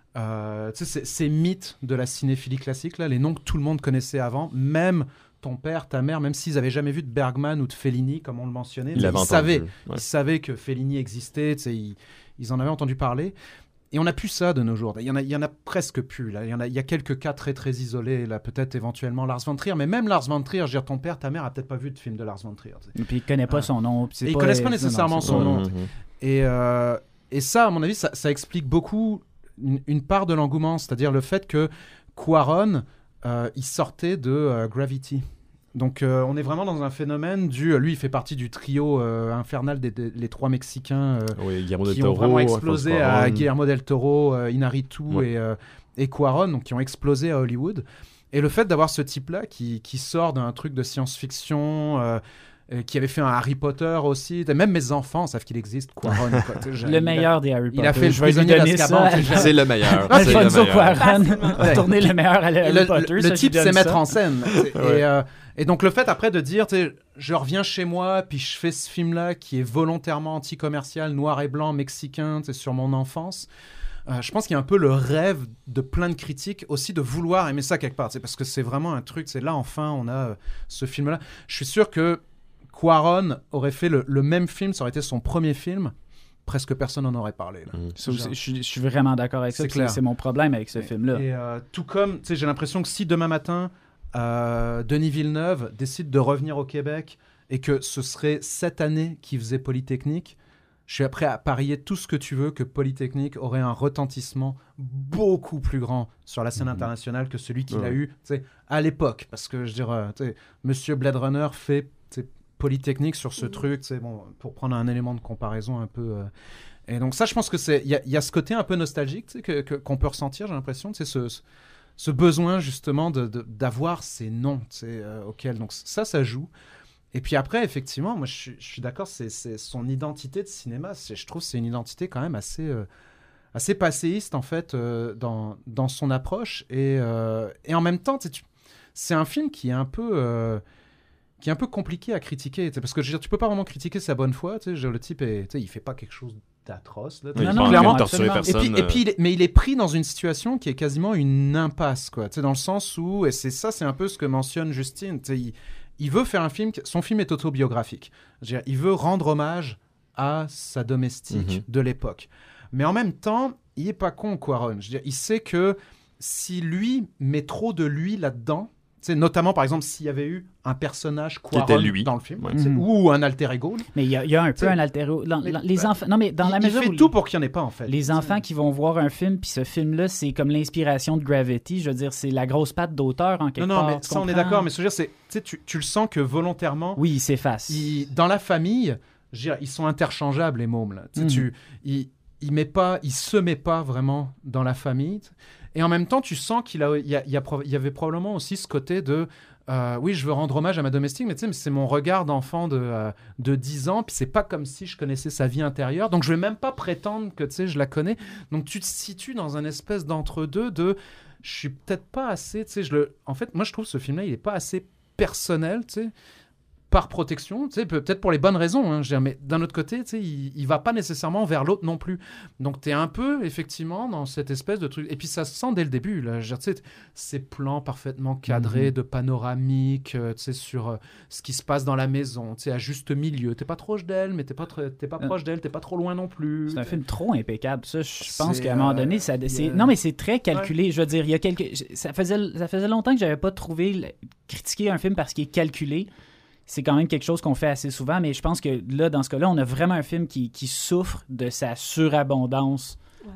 Ces mythes de la cinéphilie classique, là, les noms que tout le monde connaissait avant, même ton père, ta mère, même s'ils n'avaient jamais vu de Bergman ou de Fellini, comme on le mentionnait, ils savaient que Fellini existait, ils en avaient entendu parler. Et on n'a plus ça de nos jours. Il y en a presque plus. Là. Il y a quelques cas très très isolés. Là, peut-être éventuellement Lars von Trier, mais même Lars von Trier, je veux dire, ton père, ta mère a peut-être pas vu de film de Lars von Trier. Et puis il connaît pas son nom. Ils connaissent pas nécessairement son nom. Et ça, à mon avis, ça explique beaucoup une part de l'engouement, c'est-à-dire le fait que Cuarón, il sortait de Gravity. Donc on est vraiment dans un phénomène lui il fait partie du trio infernal les 3 Mexicains qui ont vraiment explosé à Guillermo del Toro, Iñárritu et Cuarón, donc qui ont explosé à Hollywood. Et le fait d'avoir ce type-là qui sort d'un truc de science-fiction, qui avait fait un Harry Potter aussi, même mes enfants savent qu'il existe, Cuarón. Le meilleur des Harry Potter. Il a fait le prisonnier d'Azkaban. C'est le meilleur. Alfonso Cuarón a tourné le meilleur à Harry Potter. Le type sait mettre en scène. Et donc le fait après de dire, je reviens chez moi, puis je fais ce film-là qui est volontairement anti-commercial, noir et blanc, mexicain, sur mon enfance. Je pense qu'il y a un peu le rêve de plein de critiques aussi de vouloir aimer ça quelque part, parce que c'est vraiment un truc, là enfin on a ce film-là. Je suis sûr que Cuarón aurait fait le même film, ça aurait été son premier film, presque personne n'en aurait parlé. Là. Je suis vraiment d'accord avec ça, c'est mon problème avec ce film-là. Et tout comme, j'ai l'impression que si demain matin, Denis Villeneuve décide de revenir au Québec et que ce serait cette année qu'il faisait Polytechnique, je suis prêt à parier tout ce que tu veux que Polytechnique aurait un retentissement beaucoup plus grand sur la scène internationale que celui qu'il a eu à l'époque. Parce que je dirais, Monsieur Blade Runner fait Polytechnique sur ce truc, pour prendre un élément de comparaison un peu. Et donc ça, je pense que il y a ce côté un peu nostalgique qu'on peut ressentir, j'ai l'impression, ce besoin justement d'avoir ces noms auxquels. Donc ça joue. Et puis après, effectivement, moi je suis d'accord, c'est son identité de cinéma. Je trouve que c'est une identité quand même assez passéiste en fait dans son approche. Et en même temps, c'est un film qui est un peu compliqué à critiquer, parce que je veux dire, tu peux pas vraiment critiquer sa bonne foi. Le type il fait pas quelque chose d'atroce. Là, non, clairement, torturer personne. Et puis mais il est pris dans une situation qui est quasiment une impasse, quoi. Dans le sens où, et c'est un peu ce que mentionne Justine. Il veut faire un film. Son film est autobiographique. Il veut rendre hommage à sa domestique de l'époque. Mais en même temps, il est pas con, Cuarón. Il sait que si lui met trop de lui là-dedans, notamment, par exemple, s'il y avait eu un personnage Cuarón dans le film, ou un alter ego. Mais il y a un peu un alter ego. Les enfants, non, mais dans la mesure il fait tout pour qu'il n'y en ait pas, en fait. Les enfants qui vont voir un film, puis ce film-là, c'est comme l'inspiration de Gravity. Je veux dire, c'est la grosse patte d'auteur, en quelque part. Non, mais ça, on est d'accord. Mais ce que je veux dire, c'est tu le sens que volontairement... Oui, il s'efface. Dans la famille, ils sont interchangeables, les mômes, là. Il se met pas vraiment dans la famille. Et en même temps, tu sens qu'il y avait probablement aussi ce côté de oui, je veux rendre hommage à ma domestique, mais c'est mon regard d'enfant de 10 ans, puis c'est pas comme si je connaissais sa vie intérieure, donc je vais même pas prétendre que je la connais. Donc tu te situes dans un espèce d'entre-deux de je suis peut-être pas assez, en fait, moi je trouve ce film-là, il est pas assez personnel, par protection, peut-être pour les bonnes raisons, hein, mais d'un autre côté, il va pas nécessairement vers l'autre non plus. Donc, tu es un peu, effectivement, dans cette espèce de truc. Et puis, ça se sent dès le début, là. Ces plans parfaitement cadrés, de panoramique, sur ce qui se passe dans la maison, à juste milieu. T'es pas proche d'elle, mais t'es pas proche d'elle, t'es pas trop loin non plus. C'est un film trop impeccable, ça. Je pense qu'à un moment donné, non, mais c'est très calculé. Ouais. Je veux dire, il y a ça faisait longtemps que j'avais pas trouvé critiquer un film parce qu'il est calculé. C'est quand même quelque chose qu'on fait assez souvent, mais je pense que là, dans ce cas-là, on a vraiment un film qui souffre de sa surabondance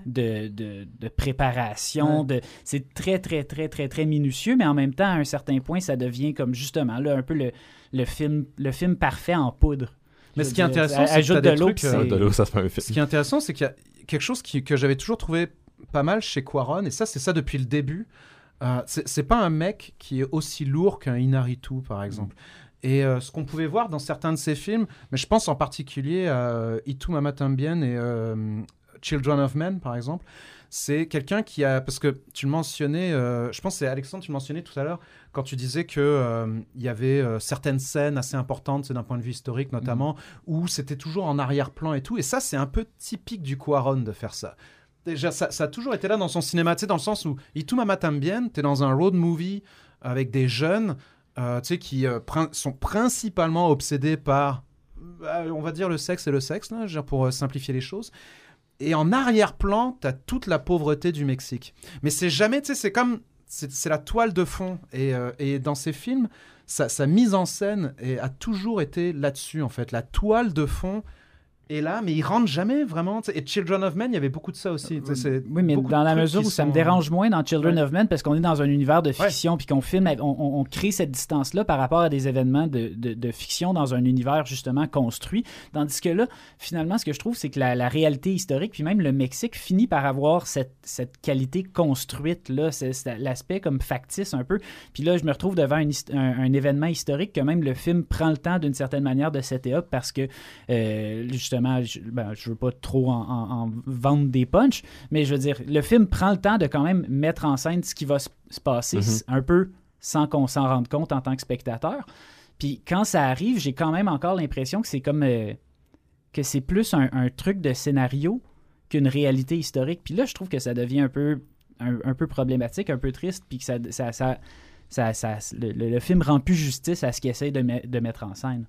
de préparation. Ouais. C'est très, très, très, très, très minutieux, mais en même temps, à un certain point, ça devient comme justement là, un peu le film parfait en poudre. Mais ce qui est intéressant, c'est que de l'eau, ça se fait un film. Ce qui est intéressant, c'est qu'il y a quelque chose que j'avais toujours trouvé pas mal chez Cuarón, et ça, c'est ça depuis le début. C'est pas un mec qui est aussi lourd qu'un Iñárritu, par exemple. Et ce qu'on pouvait voir dans certains de ces films, mais je pense en particulier à Y Tu Mama Tambien et Children of Men, par exemple, c'est quelqu'un qui a... Parce que tu le mentionnais, je pense que c'est Alexandre, tu le mentionnais tout à l'heure, quand tu disais qu'il y avait certaines scènes assez importantes, c'est d'un point de vue historique notamment, où c'était toujours en arrière-plan et tout. Et ça, c'est un peu typique du Cuarón de faire ça. Déjà, ça a toujours été là dans son cinéma, tu sais, dans le sens où Y Tu Mama Tambien, t'es dans un road movie avec des jeunes qui sont principalement obsédés par, on va dire, le sexe et le sexe, là, pour simplifier les choses. Et en arrière-plan, tu as toute la pauvreté du Mexique. Mais c'est jamais, tu sais, c'est comme... C'est la toile de fond. Et dans ces films, sa mise en scène a toujours été là-dessus, en fait. La toile de fond est là, mais il rentre jamais vraiment. Et Children of Men, il y avait beaucoup de ça aussi. Oui, mais dans la mesure où ça me dérange moins dans Children of Men, parce qu'on est dans un univers de fiction, puis qu'on filme, on crée cette distance-là par rapport à des événements de fiction dans un univers justement construit. Tandis que là, finalement, ce que je trouve, c'est que la réalité historique, puis même le Mexique, finit par avoir cette qualité construite-là, c'est l'aspect comme factice un peu. Puis là, je me retrouve devant un événement historique que même le film prend le temps d'une certaine manière de setter up, parce que justement, je veux pas trop en vendre des punchs, mais je veux dire, le film prend le temps de quand même mettre en scène ce qui va se passer un peu sans qu'on s'en rende compte en tant que spectateur. Puis quand ça arrive, j'ai quand même encore l'impression que c'est comme que c'est plus un truc de scénario qu'une réalité historique. Puis là, je trouve que ça devient un peu problématique, un peu triste, puis que le film rend plus justice à ce qu'il essaie de mettre en scène.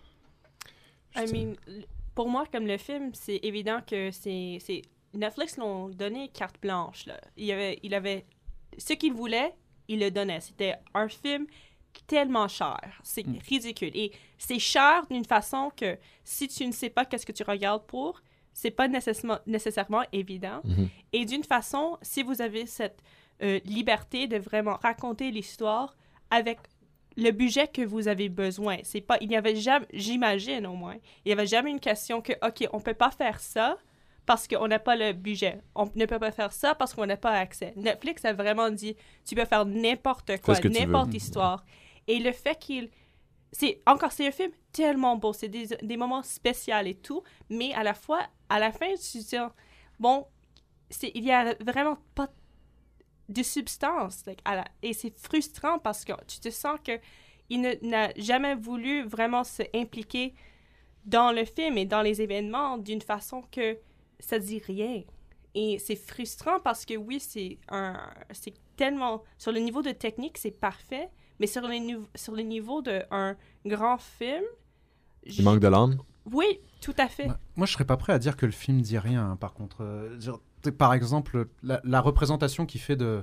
Pour moi, comme le film, c'est évident que c'est Netflix l'ont donné carte blanche. Là. Il avait ce qu'il voulait, il le donnait. C'était un film tellement cher. C'est ridicule. Et c'est cher d'une façon que si tu ne sais pas qu'est-ce que tu regardes pour, c'est pas nécessairement évident. Et d'une façon, si vous avez cette liberté de vraiment raconter l'histoire avec le budget que vous avez besoin. C'est pas, il n'y avait jamais, j'imagine au moins, il n'y avait jamais une question que, OK, on ne peut pas faire ça parce qu'on n'a pas le budget. On ne peut pas faire ça parce qu'on n'a pas accès. Netflix a vraiment dit, tu peux faire n'importe quoi, n'importe histoire. Et le fait c'est un film tellement beau, c'est des moments spéciaux et tout, mais à la fin, tu te dis, bon, il n'y a vraiment pas de substance. Et c'est frustrant parce que tu te sens qu'il n'a jamais voulu vraiment se impliquer dans le film et dans les événements d'une façon que ça dit rien. Et c'est frustrant parce que oui, c'est tellement... Sur le niveau de technique, c'est parfait, mais sur le niveau d'un grand film... Il manque de l'âme? Oui, tout à fait. Moi, je serais pas prêt à dire que le film dit rien, par contre. Par exemple, la représentation qu'il fait de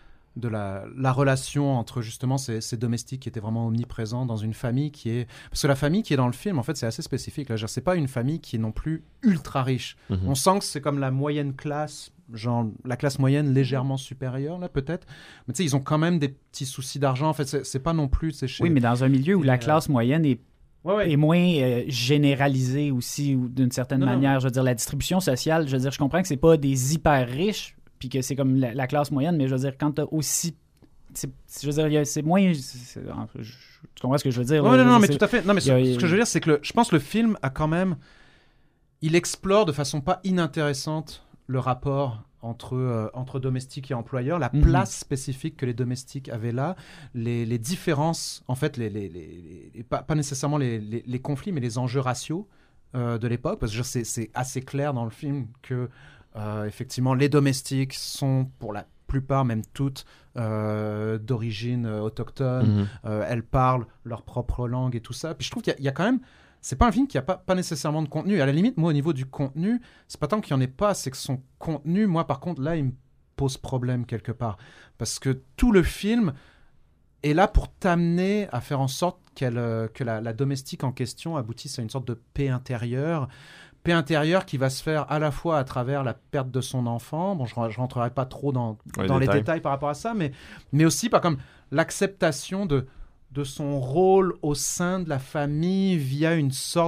la relation entre justement ces domestiques qui étaient vraiment omniprésents dans une famille qui est... Parce que la famille qui est dans le film, en fait, c'est assez spécifique. Là, c'est pas une famille qui est non plus ultra riche. On sent que c'est comme la moyenne classe, genre la classe moyenne légèrement supérieure, là, peut-être. Mais tu sais, ils ont quand même des petits soucis d'argent. En fait, c'est pas non plus... Oui, mais dans un milieu où la classe moyenne est moins généralisée aussi, ou d'une certaine manière. Je veux dire, la distribution sociale, je veux dire, je comprends que c'est pas des hyper riches, puis que c'est comme la classe moyenne, mais je veux dire, quand t'as aussi... Je veux dire, c'est moins... Tu comprends ce que je veux dire? Non, mais tout à fait. Non, mais ce que je veux dire, c'est que je pense que le film a quand même... Il explore de façon pas inintéressante le rapport entre domestiques et employeurs, la place spécifique que les domestiques avaient là, les différences, en fait, pas nécessairement les conflits, mais les enjeux raciaux de l'époque, parce que c'est assez clair dans le film que, effectivement, les domestiques sont, pour la plupart, même toutes, d'origine autochtone, elles parlent leur propre langue et tout ça. Puis je trouve qu'il y a quand même... C'est pas un film qui a pas nécessairement de contenu. À la limite, moi, au niveau du contenu, c'est pas tant qu'il y en ait pas, c'est que son contenu, moi, par contre, là, il me pose problème quelque part. Parce que tout le film est là pour t'amener à faire en sorte que la domestique en question aboutisse à une sorte de paix intérieure qui va se faire à la fois à travers la perte de son enfant. Bon, je rentrerai pas trop dans les détails par rapport à ça, mais aussi par comme l'acceptation de son rôle au sein de la famille via une sorte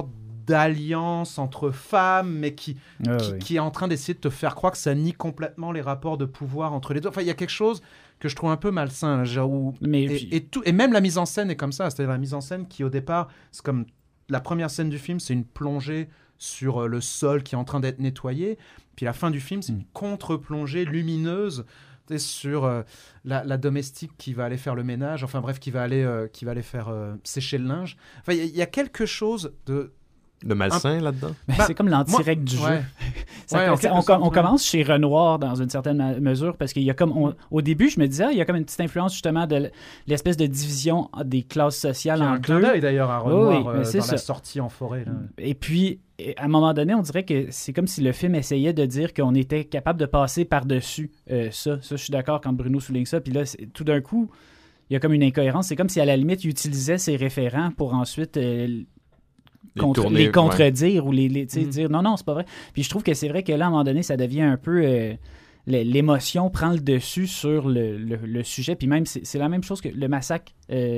d'alliance entre femmes, mais qui est en train d'essayer de te faire croire que ça nie complètement les rapports de pouvoir entre les deux. Enfin, il y a quelque chose que je trouve un peu malsain. Là, genre, et même la mise en scène est comme ça. C'est-à-dire la mise en scène qui, au départ, c'est comme la première scène du film, c'est une plongée sur le sol qui est en train d'être nettoyé. Puis la fin du film, c'est une contre-plongée lumineuse sur la domestique qui va aller faire le ménage, enfin bref, qui va aller faire sécher le linge. Enfin, il y a quelque chose de malsain là-dedans. C'est comme l'anti-règle du jeu. On commence chez Renoir dans une certaine mesure parce qu'il y a comme au début je me disais il y a comme une petite influence justement de l'espèce de division des classes sociales en deux. Il y a un clin d'œil d'ailleurs à Renoir dans la sortie en forêt. Là. Et puis à un moment donné on dirait que c'est comme si le film essayait de dire qu'on était capable de passer par-dessus ça. Ça je suis d'accord quand Bruno souligne ça. Puis là tout d'un coup il y a comme une incohérence. C'est comme si à la limite il utilisait ses référents pour ensuite les contredire ou dire non, c'est pas vrai. Puis je trouve que c'est vrai que là, à un moment donné, ça devient un peu... l'émotion prend le dessus sur le sujet. Puis même, c'est la même chose que le massacre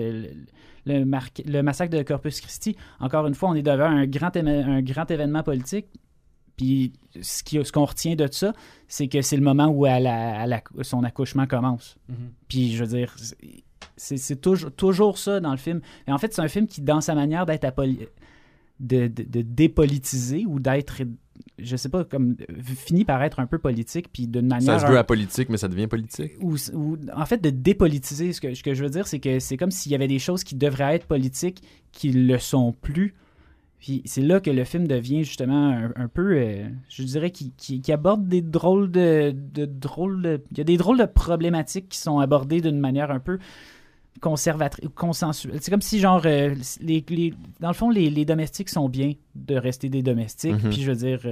le massacre de Corpus Christi. Encore une fois, on est devant un grand événement politique. Puis ce qu'on retient de ça, c'est que c'est le moment où son accouchement commence. Mm-hmm. Puis je veux dire... C'est toujours ça dans le film. Et en fait, c'est un film qui, dans sa manière d'être de dépolitiser ou d'être, je sais pas, comme finit par être un peu politique, puis d'une manière... Ça se veut apolitique, mais ça devient politique. Ou en fait, de dépolitiser, ce que je veux dire, c'est que c'est comme s'il y avait des choses qui devraient être politiques qui le sont plus. Puis c'est là que le film devient justement un peu, je dirais, qui aborde des drôles de... Il y a des drôles de problématiques qui sont abordées d'une manière un peu consensuelle. C'est comme si, genre, dans le fond, les domestiques sont bien de rester des domestiques. Mm-hmm. Puis, je veux dire,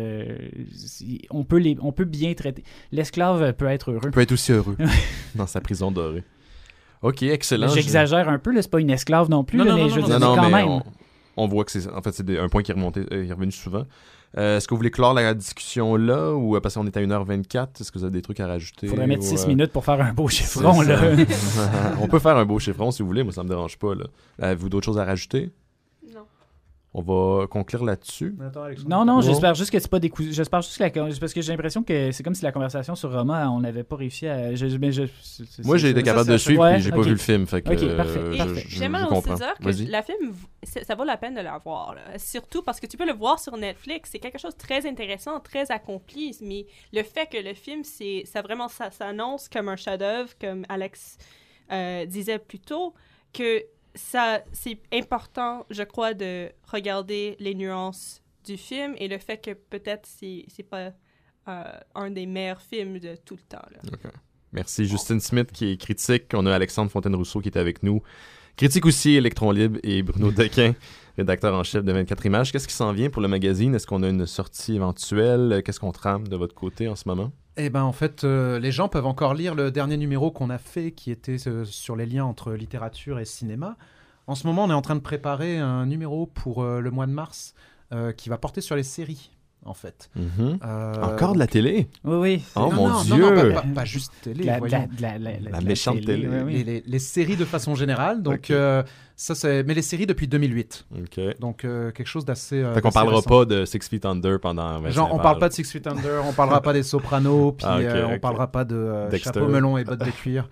on peut bien traiter. L'esclave peut être heureux. Peut être aussi heureux dans sa prison dorée. OK, excellent. J'exagère un peu, là, c'est pas une esclave non plus, mais je veux dire, quand même. On voit que c'est un point qui est revenu souvent. Est-ce que vous voulez clore la discussion là ou parce qu'on est à 1h24, est-ce que vous avez des trucs à rajouter? Il faudrait mettre 6 minutes pour faire un beau chiffron. Là. On peut faire un beau chiffron si vous voulez, moi ça me dérange pas. Là. Avez-vous d'autres choses à rajouter? Non. On va conclure là-dessus. Non, j'espère juste que c'est pas décousu. J'espère juste que parce que j'ai l'impression que c'est comme si la conversation sur Roma, on n'avait pas réussi à... Moi, j'ai été capable de suivre et j'ai pas vu le film. Fait que, parfait. J'aimerais aussi dire que la film, ça vaut la peine de la voir. Là. Surtout parce que tu peux le voir sur Netflix. C'est quelque chose de très intéressant, très accompli. Mais le fait que le film, ça s'annonce comme un chef-d'œuvre, comme Alex disait plus tôt, que c'est important, je crois, de regarder les nuances du film et le fait que peut-être c'est pas un des meilleurs films de tout le temps. Là. Okay. Merci. Justine Smith qui est critique. On a Alexandre Fontaine-Rousseau qui est avec nous. Critique aussi, Électron Libre, et Bruno Dequin, rédacteur en chef de 24 Images. Qu'est-ce qui s'en vient pour le magazine? Est-ce qu'on a une sortie éventuelle? Qu'est-ce qu'on trame de votre côté en ce moment? Eh bien, en fait, les gens peuvent encore lire le dernier numéro qu'on a fait, qui était sur les liens entre littérature et cinéma. En ce moment, on est en train de préparer un numéro pour le mois de mars qui va porter sur les séries, en fait. Mm-hmm. Encore de la télé? Oui. Oh mon Dieu! Non, pas juste télé, la méchante télé. Oui. Les séries de façon générale. Donc, mais les séries depuis 2008. Okay. Donc, quelque chose d'assez... Fait qu'on parlera pas de Six Feet Under pendant... Genre, on parle pas de Six Feet Under, on parlera pas des Sopranos, puis on parlera pas de Chapeau melon et bottes de cuir.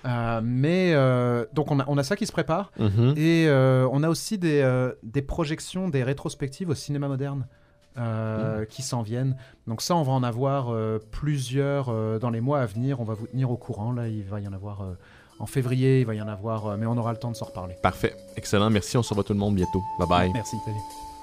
Donc, on a ça qui se prépare. Mm-hmm. Et on a aussi des projections, des rétrospectives au cinéma moderne. Qui s'en viennent. Donc ça, on va en avoir plusieurs dans les mois à venir. On va vous tenir au courant. Là, il va y en avoir en février, il va y en avoir, mais on aura le temps de s'en reparler. Parfait. Excellent. Merci. On se revoit tout le monde bientôt. Bye bye. Merci. Salut.